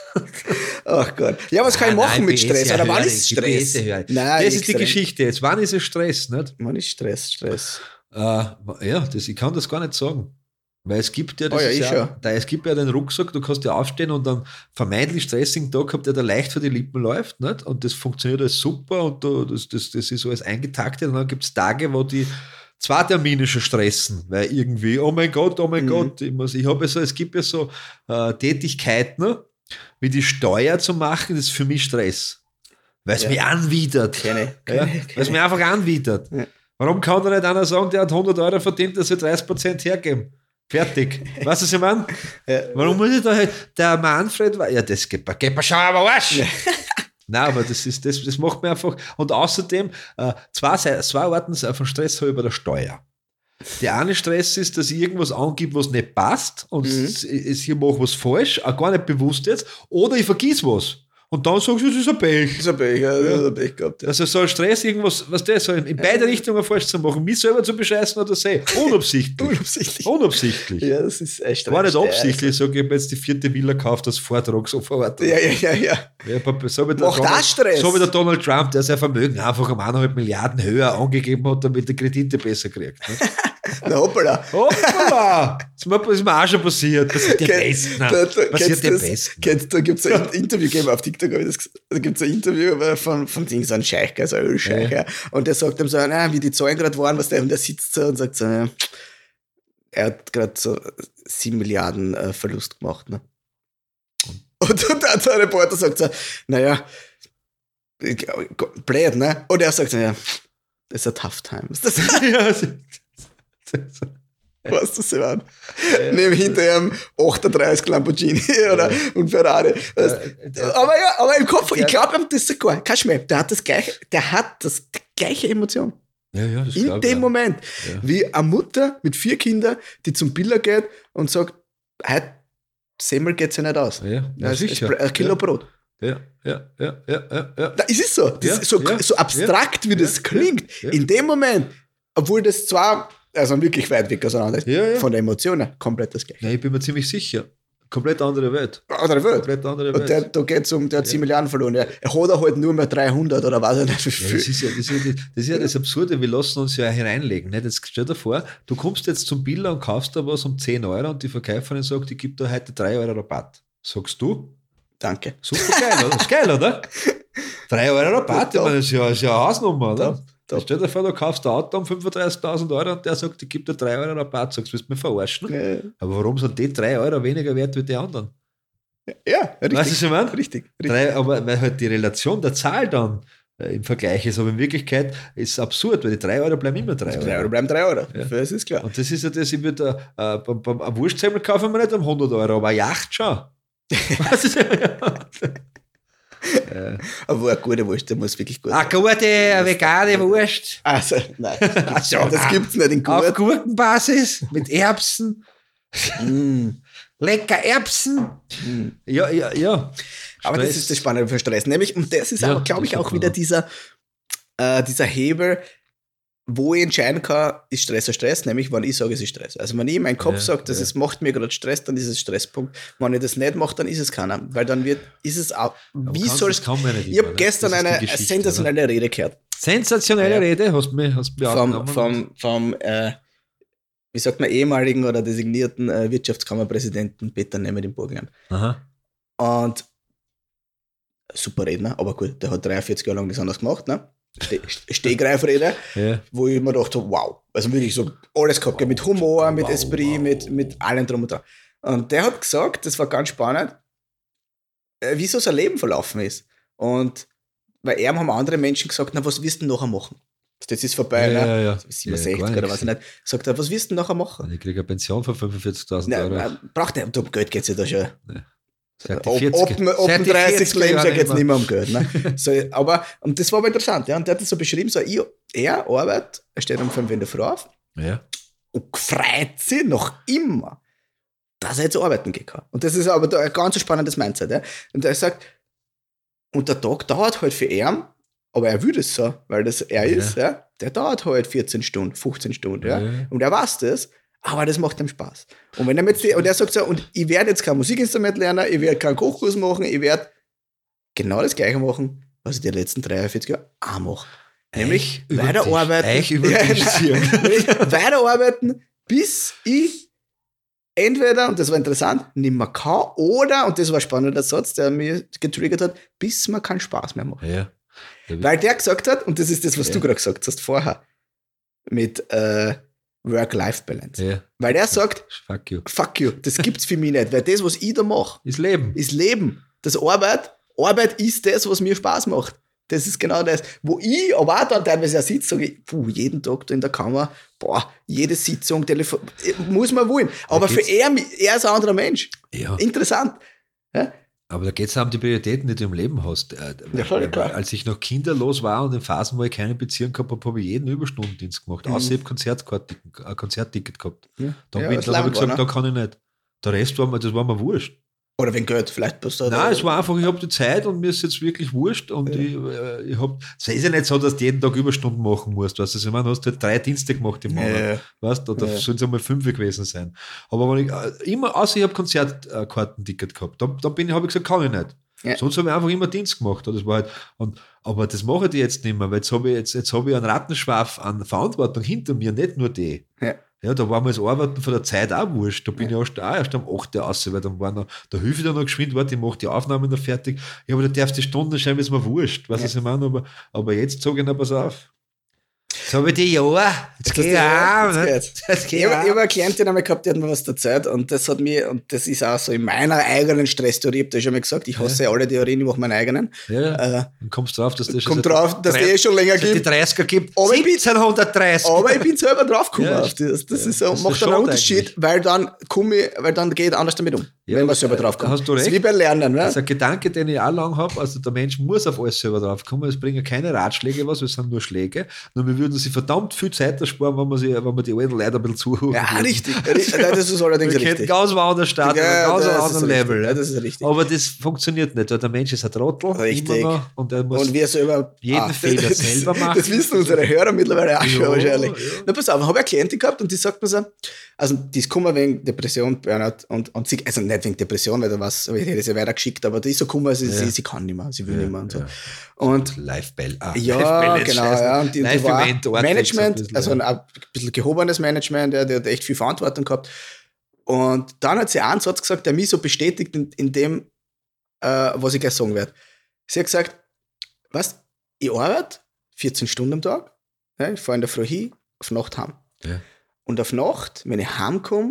Ach Gott. Ja, was kann ich machen mit Stress? Oder wann ist Stress? Nein, das ist die extrem. Geschichte jetzt. Wann ist es Stress? Nicht? Wann ist Stress? Stress. Äh, ja, das, ich kann das gar nicht sagen. Weil es gibt ja, das Oh ja, ist ich ja, schon. da, es gibt ja den Rucksack, du kannst ja aufstehen und dann vermeintlich stressigen Tag habt, der da leicht für die Lippen läuft, nicht? Und das funktioniert alles super und du, das, das, das ist alles eingetaktet und dann gibt es Tage, wo die zwei Termine schon stressen, weil irgendwie, oh mein Gott, oh mein Mhm. Gott, ich, muss, ich habe ja so, es gibt ja so äh, Tätigkeiten, wie die Steuer zu machen, das ist für mich Stress. Weil es Ja. mich anwidert. Keine, Ja, keine, weil es keine. mich einfach anwidert. Ja. Warum kann da nicht einer sagen, der hat hundert Euro verdient, dass er dreißig Prozent hergeben? Fertig. Weißt du, was ich meine? Ja. Warum muss ich da halt, der Manfred war, ja, das geht, geht mir schon aber Arsch. Nein, aber das ist, das, das macht mir einfach, und außerdem, äh, zwei, Seiten- zwei Arten von Stress habe ich bei der Steuer. Der eine Stress ist, dass ich irgendwas angebe, was nicht passt, und Mhm. es, es, ich mache was falsch, auch gar nicht bewusst jetzt, oder ich vergiss was. Und dann sagst du, das ist ein Pech. Das habe ich, ja, das hab ich gehabt. Ja. Also so ein Stress, irgendwas, was der so in, in beide Richtungen falsch zu machen, mich selber zu bescheißen oder sie. Unabsichtlich. Unabsichtlich. Unabsichtlich. Ja, das ist echt Stress. War nicht Ja, absichtlich, ich sage, ich habe jetzt die vierte Villa gekauft als Vortragsverordnung. Ja, ja, ja, ja. Ja, so wie der Macht auch Donald- Stress. So wie der Donald Trump, der sein Vermögen einfach um eineinhalb Milliarden höher angegeben hat, damit er Kredite besser kriegt. Ne? Na, hoppala. Hoppala! Das ist mir- das ist mir auch schon passiert. Das sind die Kennt- Besten. da- da- Passiert kennst die das- Besten. kennst- Da gibt es ein Interview gegeben auf TikTok, hab ich das gesagt. Da gibt es ein Interview äh, von, von Ding, so ein Scheich, gell, so ein Ölscheich. Ja. Ja. Und der sagt ihm so, na, wie die Zahlen gerade waren, was der, und der sitzt so und sagt so, ja, er hat gerade so sieben Milliarden äh, Verlust gemacht. Ne? Und dann hat der Reporter sagt so, naja, blöd, ne? Und er sagt so, ja, das ist a tough times. Das Ja, das- weißt du, sie waren. Neben hinter ihm achtunddreißig Lamborghini oder, und Ferrari. Weißt, Äh, der- aber ja, aber im Kopf, ich der- glaube, das ist gar kein Schmäh. Der hat das gleiche, der hat das die gleiche Emotion. Ja, ja, das In glaub dem ich auch. Moment. Ja. Wie eine Mutter mit vier Kindern, die zum Biller geht und sagt, heute Semmel geht ja nicht aus. Ja, ja, Ja, es ist sicher. ein Kilo Ja. Brot. Ja, ja, ja, ja, ja, ja. Da ist es so. Das Ja, ist so, ja, so abstrakt, wie das ja, klingt. ja. In dem Moment, obwohl das zwar, also wirklich weit weg auseinander ist, Ja, ja. von der Emotion her, komplett das gleiche. Ja, ich bin mir ziemlich sicher. Komplett andere Welt. Andere Welt. Komplett andere Und der, Welt. da geht es um, der hat sieben Milliarden verloren. Er, er hat er halt nur mehr dreihundert oder weiß ich nicht wie Ja, viel. das, ist ja, das, ist ja, das ist ja das Absurde, wir lassen uns ja hereinlegen. Nicht? Jetzt stell dir vor, du kommst jetzt zum Biller und kaufst da was um zehn Euro und die Verkäuferin sagt, ich gebe da heute drei Euro Rabatt. Sagst du? Danke. Super geil, oder? Das ist geil, oder? drei Euro Rabatt, ich Top. meine, das ist ja, das ist ja eine Hausnummer, oder? Top, top. Stell dir vor, du kaufst ein Auto um fünfunddreißigtausend Euro und der sagt, ich gebe dir drei Euro Rabatt. Sagst du, willst du mich verarschen? Ja, Aber warum sind die drei Euro weniger wert wie die anderen? ja richtig. Weißt du, was ich meine? Richtig. richtig. Drei, aber weil halt die Relation der Zahl dann äh, im Vergleich ist, aber in Wirklichkeit ist es absurd, weil die drei Euro bleiben immer drei Euro. drei Euro bleiben drei Euro. Ja. Das ist klar. Und das ist ja das, ich würde äh, beim, beim ein Wurstsemmel kaufen wir nicht um hundert Euro, aber eine Yacht schon. Was ist äh, Aber eine gute Wurst, der muss wirklich gut eine gute vegane Wurst. Also, nein. Also, das nein. gibt es nicht in Auf gut. Gurkenbasis mit Erbsen. Mm. Lecker Erbsen. Ja, ja, ja. Aber das Stress. ist das Spannende für Stress. Nämlich, und das ist Ja, aber, glaube das ich, hat auch man wieder auch. dieser, äh, dieser Hebel, wo ich entscheiden kann, ist Stress ein Stress, nämlich wenn ich sage, es ist Stress. Also wenn ich in meinem Kopf Ja, sage, das ja. ist, macht mir gerade Stress, dann ist es Stresspunkt. Wenn ich das nicht mache, dann ist es keiner. Weil dann wird, ist es auch, wie kannst soll das es, kaum mehr nicht ich habe immer, ne? gestern Das ist die eine Geschichte, sensationelle Rede gehört. Sensationelle Ja. Rede, hast du mir, hast du mir Vom, abgenommen. vom, vom äh, wie sagt man, ehemaligen oder designierten äh, Wirtschaftskammerpräsidenten Peter Nemme in Burgenland. Aha. Und super Redner, aber gut, der hat dreiundvierzig Jahre lang nichts anderes gemacht, ne? Ste Stegreifrede, Ja. wo ich mir gedacht habe, wow, also wirklich so alles gehabt, wow, mit Humor, mit wow, Esprit, wow. mit, mit allem drum und dran. Und der hat gesagt, das war ganz spannend, wie so sein Leben verlaufen ist. Und bei ihm haben andere Menschen gesagt, na, was wirst du nachher machen? Das ist vorbei, ja, ne? Ja, ja. siebenundsechzig ja, oder was ich nicht. Sagt er, was wirst du nachher machen? Ich kriege eine Pension von fünfundvierzigtausend Euro. Nein, braucht er, um Geld geht es ja da schon. Nee. Ob, ob, ob dem dreißigsten Lebensjahr geht es nicht mehr um Geld. Ne? so, aber, und das war aber interessant. Ja? Und der hat das so beschrieben, so, ich, er arbeitet, er steht um fünf in der Früh auf ja. und freut sich noch immer, dass er jetzt arbeiten gehen kann. Und das ist aber da ein ganz spannendes Mindset. Ja? Und er sagt, und der Tag dauert halt für ihn, aber er will das so, weil das er ja. ist, ja? Der dauert halt vierzehn Stunden, fünfzehn Stunden. Ja? Ja. Und er weiß das. Aber das macht ihm Spaß. Und wenn er mit die, und er sagt so, und ich werde jetzt kein Musikinstrument lernen, ich werde keinen Kochkurs machen, ich werde genau das Gleiche machen, was ich die letzten dreiundvierzig Jahre auch mache. Nämlich weiterarbeiten. Weiterarbeiten, bis ich entweder, und das war interessant, nicht mehr kann, oder, und das war ein spannender Satz, der mir getriggert hat, bis man keinen Spaß mehr macht. Ja. Weil der gesagt hat, und das ist das, was ja. du gerade gesagt hast vorher, mit äh, Work-Life-Balance. Ja. Weil der sagt, fuck you. fuck you, das gibt's für mich nicht, weil das, was ich da mache, ist Leben. Ist Leben. Das Arbeit, Arbeit ist das, was mir Spaß macht. Das ist genau das. Wo ich aber auch dann teilweise auch sitze, sage ich, puh, jeden Tag da in der Kammer, boah, jede Sitzung, Telefon, muss man wollen. Aber für er, er ist ein anderer Mensch. Ja. Interessant. Ja? Aber da geht es auch um die Prioritäten, die du im Leben hast. Ja, voll klar. Als ich noch kinderlos war und in Phasen, wo ich keine Beziehung gehabt habe, habe ich jeden Überstundendienst gemacht. Mhm. Außer ich habe ein Konzertticket gehabt. Ja. Dann, ja, bin, dann habe ich gesagt, war, ne? Da kann ich nicht. Der Rest war mir, das war mir wurscht. Oder wenn Geld, vielleicht passt das. Nein, es war einfach, ich habe die Zeit und mir ist jetzt wirklich wurscht. Und ja. ich, äh, ich habe, es ist ja nicht so, dass du jeden Tag Überstunden machen musst. Weißt du, ich meine, du hast halt drei Dienste gemacht im Monat. Ja. Weißt du, da ja. sollen es einmal fünf gewesen sein. Aber wenn ich, äh, immer, außer ich habe Konzertkartenticket gehabt, dann, dann bin ich, habe ich gesagt, kann ich nicht. Ja. Sonst habe ich einfach immer Dienst gemacht. Das war halt, und, aber das mache ich jetzt nicht mehr, weil jetzt habe ich, jetzt, jetzt hab ich einen Rattenschwaf an Verantwortung hinter mir, nicht nur die. Ja. Ja, da war mir das Arbeiten von der Zeit auch wurscht. Da bin ja. ich erst, auch erst am acht raus, weil dann war noch, da hilfe ich dann noch geschwind, warte, ich mache die Aufnahme noch fertig. Ja, aber da darfst du die Stunden schreiben, ist mir wurscht. Weißt du, ja. was ich meine? Aber, aber jetzt sage ich noch, pass auf. Jetzt habe ich die Jahre. Jetzt gehe ich auch. Ich habe eine Klientin einmal gehabt, die hat mir was erzählt und das hat mir, und das ist auch so in meiner eigenen Stresstheorie, ich habe das schon mal gesagt, ich hasse ja. alle Theorien, ich mache meine eigenen. Ja, äh, dann kommst du drauf, dass das schon drauf, dass die schon länger gibt. Die dreißiger gibt. Aber siebzehnhundertdreißig. Aber ich bin selber drauf gekommen ja, auf das. Das, ja, ist so, das macht dann einen Unterschied, weil dann komme ich, weil dann geht anders damit um. Ja, wenn man selber drauf kommt. Hast du recht. Das ist wie bei Lernen. Ne? Das ist ein Gedanke, den ich auch lange habe. Also der Mensch muss auf alles selber drauf kommen. Es bringen keine Ratschläge was, es sind nur Schläge. Nur wir würden sich verdammt viel Zeit ersparen, wenn man, sich, wenn man die alten Leute ein bisschen zuhört. Ja, richtig. Das ist allerdings wir richtig. Wir ganz woanders starten, ja, ganz einem anderen Level. Ja, das ist richtig. Aber das funktioniert nicht, weil der Mensch ist ein Trottel. Richtig. Immer noch, und er muss und wir selber, jeden ah, Fehler das, selber machen. Das wissen unsere Hörer mittlerweile auch schon ja, wahrscheinlich. Ja. Na, pass auf, ich habe eine Klientin gehabt und die sagt mir so, also die ist gekommen wegen Depression, Burnout und, und sie, also nicht wegen Depression, weil da was, ich hätte sie weitergeschickt, aber die ist so gekommen, sie, ja. sie, sie kann nicht mehr, sie will ja, nicht mehr und so. Ja. Und Life Bell, ah, ja, Life genau, ja, und die, die war Management, ein also ein, ein bisschen gehobenes Management, ja, die hat echt viel Verantwortung gehabt. Und dann hat sie einen Satz gesagt, der mich so bestätigt in, in dem, äh, was ich gleich sagen werde. Sie hat gesagt, weißt, ich arbeite vierzehn Stunden am Tag, ja, ich fahre in der Früh hin, auf Nacht heim. Ja. Und auf Nacht, wenn ich heimkomme,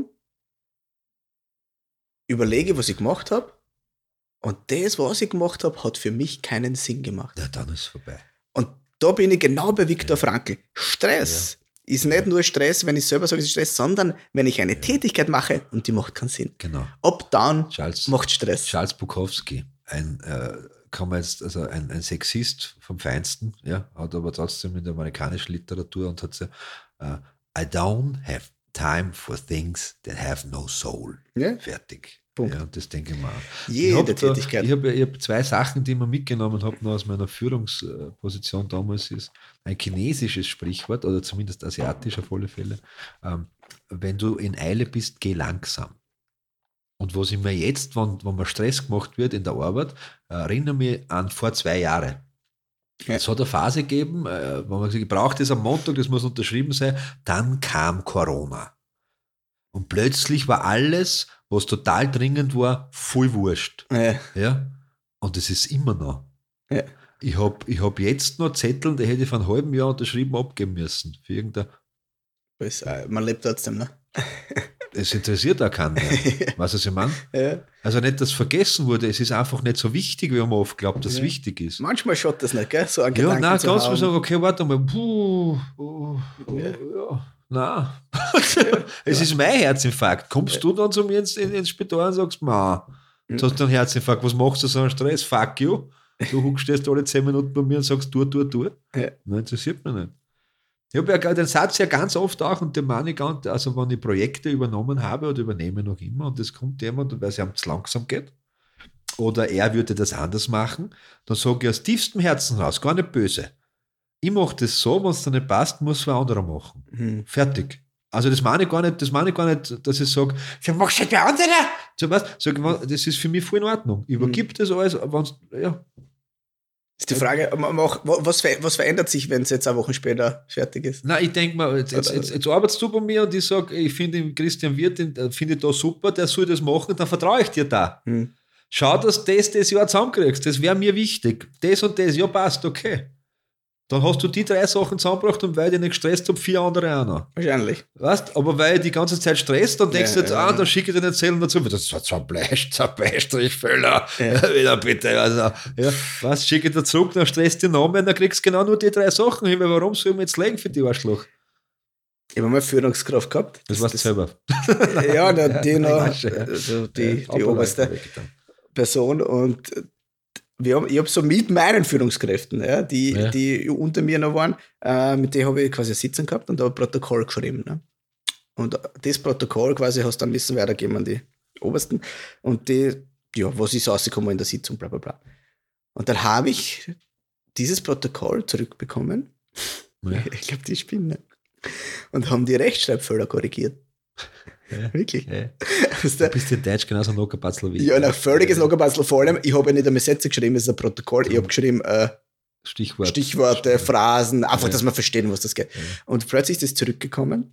überlege, was ich gemacht habe. Und das, was ich gemacht habe, hat für mich keinen Sinn gemacht. Ja, dann ist es vorbei. Und da bin ich genau bei Viktor ja. Frankl. Stress ja. ist nicht ja. nur Stress, wenn ich selber sage, es ist Stress, sondern wenn ich eine ja. Tätigkeit mache und die macht keinen Sinn. Genau. Ab dann Charles, macht Stress. Charles Bukowski, ein, äh, kann man jetzt, also ein, ein Sexist vom Feinsten, ja, hat aber trotzdem in der amerikanischen Literatur und hat so, äh, I don't have time for things that have no soul. Ja. Fertig. Punkt. Ja, und das denke ich mal. Jede ich hab Tätigkeit. Da, ich habe hab zwei Sachen, die ich mir mitgenommen habe, noch aus meiner Führungsposition damals, ist ein chinesisches Sprichwort, oder zumindest asiatisch auf alle Fälle. Ähm, wenn du in Eile bist, geh langsam. Und was ich mir jetzt, wenn, wenn mir Stress gemacht wird in der Arbeit, erinnere mich an vor zwei Jahren. Ja. Es hat eine Phase gegeben, wo man gesagt hat, ich brauche das am Montag, das muss unterschrieben sein. Dann kam Corona. Und plötzlich war alles, was total dringend war, voll wurscht. Ja. Ja? Und das ist immer noch. Ja. Ich habe ich hab jetzt noch Zettel, die hätte ich vor einem halben Jahr unterschrieben abgeben müssen. Für irgendein, Das, äh, man lebt trotzdem, ne? das interessiert auch keinen mehr. Weißt du, was ich meine? Ja. Also nicht, dass vergessen wurde, es ist einfach nicht so wichtig, wie man oft glaubt, dass es Ja. wichtig ist. Manchmal schaut das nicht, gell? So ein Ja, Gedanken nein, zu ganz mal haben. sagen, okay, warte mal, puh, oh, oh, Ja. ja, nein. Es ist mein Herzinfarkt. Kommst du dann zu mir ins, ins Spital und sagst, ma, jetzt hast du einen Herzinfarkt, was machst du so einen Stress? Fuck you. Du huckst stehst alle zehn Minuten bei mir und sagst, tu, tu, tu. Ja. Nein, interessiert mich nicht. Ich habe ja den Satz ja ganz oft auch, und den meine ich ganz, also wenn ich Projekte übernommen habe oder übernehme noch immer und es kommt jemand, weil es ihm zu langsam geht, oder er würde das anders machen, dann sage ich aus tiefstem Herzen raus, gar nicht böse. Ich mache das so, wenn es dir nicht passt, muss es ein anderer machen. Mhm. Fertig. Also das meine ich gar nicht, das meine ich gar nicht, dass ich sage, ja, machst du nicht der andere? So was, sag ich, das ist für mich voll in Ordnung. Ich übergib das alles, wenn's, ja. Ist die Frage, was, was verändert sich, wenn es jetzt eine Woche später fertig ist? Nein, ich denke mal, jetzt, jetzt, jetzt, jetzt arbeitest du bei mir und ich sage, ich finde den Christian Wirth, den finde ich da super, der soll das machen, dann vertraue ich dir da. Hm. Schau, dass du das das Jahr zusammenkriegst, das wäre mir wichtig. Das und das, ja passt, okay. Dann hast du die drei Sachen zusammengebracht und weil ich dich nicht gestresst habe, vier andere auch noch. Wahrscheinlich. Weißt, aber weil ich die ganze Zeit stresst, dann denkst Ja, du jetzt, ja, ah, ja. dann schicke ich dir den Zettel dazu. Das war zwar Bleistift, zwei Beistrichfüller. Ja. Wieder bitte. Also, ja, was, schicke ich dir zurück, dann stresst die Namen, dann kriegst du genau nur die drei Sachen hin. Weil warum soll ich mir jetzt legen für die Arschloch? Ich habe mal Führungskraft gehabt. Das weißt du selber. Ja, der, die, noch, weiß schon, ja. also die, Ja, die Ablauf oberste weggetan. Person. Und wir haben, ich habe so mit meinen Führungskräften, ja, die, Ja. die unter mir noch waren, äh, mit denen habe ich quasi eine Sitzung gehabt und da ein Protokoll geschrieben. Ne? Und das Protokoll quasi hast du dann Wissen weitergegeben an die Obersten. Und die, ja, was ist rausgekommen in der Sitzung, bla bla bla. Und dann habe ich dieses Protokoll zurückbekommen. Ja. Ich glaube, die spinnen. Und haben die Rechtschreibfehler korrigiert. Ja. Wirklich. Ja. Weißt Du du? bist in Deutsch genauso ein Nockerpatzl wie ich. Ja, nach völliges Nockerbatzl. Vor allem, ich habe ja nicht einmal Sätze geschrieben, es ist ein Protokoll. Ich habe geschrieben äh, Stichwort. Stichworte, Phrasen, einfach, Ja. dass man verstehen, was das geht. Ja. Und plötzlich ist das zurückgekommen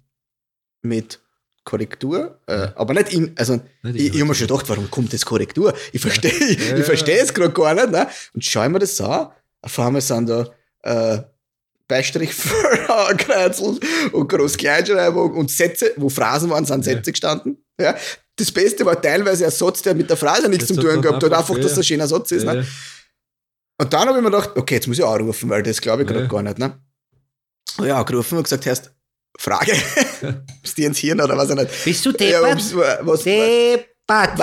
mit Korrektur, äh, aber nicht in, also Nicht ich, ich habe mir schon gedacht, warum kommt das Korrektur? Ich verstehe ich, Ja. ich verstehe es gerade gar nicht. Ne? Und schau ich mir das an, auf einmal sind da äh, Beistrichfüller angekreuzelt und Groß-Kleinschreibung und Sätze, wo Phrasen waren, sind Ja. Sätze gestanden. Ja. Das Beste war teilweise ein Satz, der mit der Phrase nichts Das zu hat tun dann gehabt hat, einfach- einfach, dass ja. das ein schöner Satz ist. Ja. Ne? Und dann habe ich mir gedacht, okay, jetzt muss ich anrufen, weil das glaube ich gerade Ja. gar nicht. Ne? Und ja, angerufen und gesagt, Herrst, Frage, bist du ins Hirn oder was auch nicht? Bist du Ja, deppert? ob's- was, Deppert.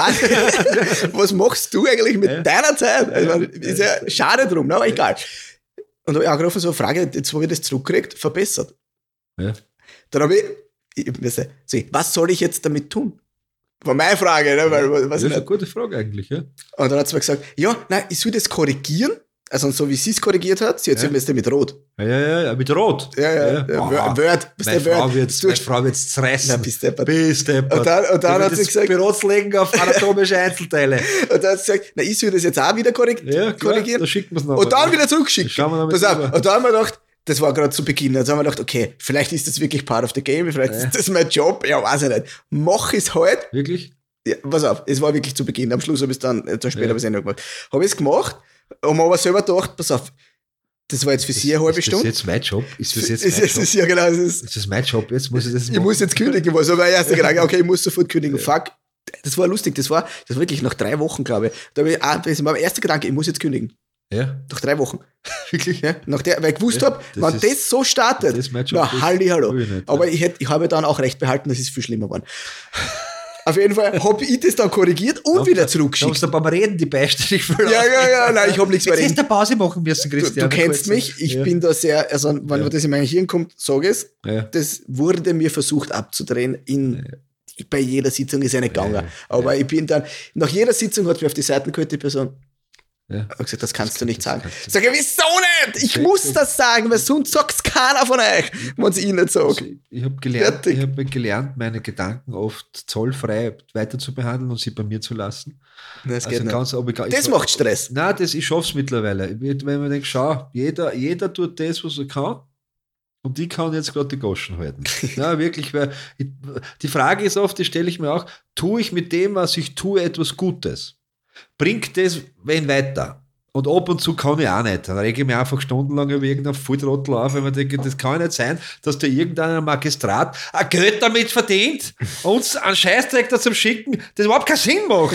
was, was machst du eigentlich mit Ja. deiner Zeit? Also, ist ja schade drum, ne? Aber egal. Und da habe ich angerufen, so eine Frage, jetzt wo ich das zurückgekriegt, verbessert. Ja. Dann habe ich, ich weiß nicht, so, was soll ich jetzt damit tun? War meine Frage, ne? Weil, was Das ist nicht. eine gute Frage eigentlich, ja. Und dann hat sie mir gesagt, ja, nein, ich soll das korrigieren, also so wie sie es korrigiert hat, sie hat Ja. es ja. mit Rot. Ja, ja, ja, ja, mit Rot. Ja, ja, ja. Aha. Word, bist Meine der Frau Word. wird's, Du- meine Frau wird's zerreißen. Na, bist deppert. Bist deppert. Und dann, und dann Ich hat will sie das gesagt, Büros legen auf anatomische Einzelteile. und dann hat sie gesagt, na, ich soll das jetzt auch wieder korrekt, Ja, klar, korrigieren. da schicken wir es noch. Und dann wieder zurückgeschickt. Schauen wir noch mal Pass auf. drüber. Und da haben wir gedacht, das war gerade zu Beginn. Jetzt haben wir gedacht, okay, vielleicht ist das wirklich part of the game, vielleicht Ja. ist das mein Job, ja, weiß ich nicht. Mach es halt. Wirklich? Ja, pass auf, es war wirklich zu Beginn. Am Schluss habe ich es dann, etwas später Ja. habe ich es noch gemacht. Habe ich es gemacht, habe mir aber selber gedacht, pass auf, das war jetzt für sie eine halbe ist Stunde. das jetzt mein Job? Ist das jetzt Es mein ist, Job? ist, ja, genau, es ist, Ist das mein Job? Jetzt muss ich das ich muss jetzt kündigen. So war mein erster Gedanke, okay, ich muss sofort kündigen. Fuck, das war lustig, das war, das war wirklich nach drei Wochen, glaube ich. Da habe ich, ah, das war mein erster Gedanke, ich muss jetzt kündigen. Ja, Nach drei Wochen. wirklich? Ja, nach der, weil ich gewusst Ja, habe, das wenn ist- das so startet, das ist mein Job, na, das halli, hallo. tue ich nicht, Aber ja. ich, hätt, ich habe dann auch recht behalten, dass es viel schlimmer geworden. Auf jeden Fall habe ich das dann korrigiert und wieder Da zurückgeschickt. musst du beim Reden die Beistrichfüller. Ja, ja, ja, nein, ich habe nichts mehr Jetzt reden. hättest du Pause machen müssen, Du, Christian. du kennst Kurz. mich, ich ja. bin da sehr, also wenn Ja. das in mein Hirn kommt, sage ich es. Ja. Das wurde mir versucht abzudrehen. In, Bei jeder Sitzung ist eine gegangen. Ja. Aber ich bin dann, nach jeder Sitzung hat mich auf die Seiten geholt, die Person. Ja. Hat gesagt, das kannst Das du nicht das sagen. kannst du- Sag ich, wieso nicht? Ich Check muss das. das sagen, weil sonst sagt es keiner von euch, wenn es ich nicht sage. Also, ich habe gelernt, Fertig. ich habe gelernt, meine Gedanken oft zollfrei weiter zu behandeln und sie bei mir zu lassen. Das Also geht nicht. ganz, aber ich, Das ich, macht Stress. Nein, das, ich schaffe es mittlerweile. Ich, wenn man denkt, schau, jeder, jeder tut das, was er kann. Und ich kann jetzt gerade die Goschen halten. Ja, wirklich, weil ich, die Frage ist oft, die stelle ich mir auch, tue ich mit dem, was ich tue, etwas Gutes? bringt das wen weiter? Und ab und zu kann ich auch nicht. Dann rege ich mich einfach stundenlang über irgendeinen Volltrottel auf, weil man denkt, das kann ja nicht sein, dass da irgendein Magistrat ein Geld damit verdient, uns einen Scheißdreck da zum Schicken, das überhaupt keinen Sinn macht.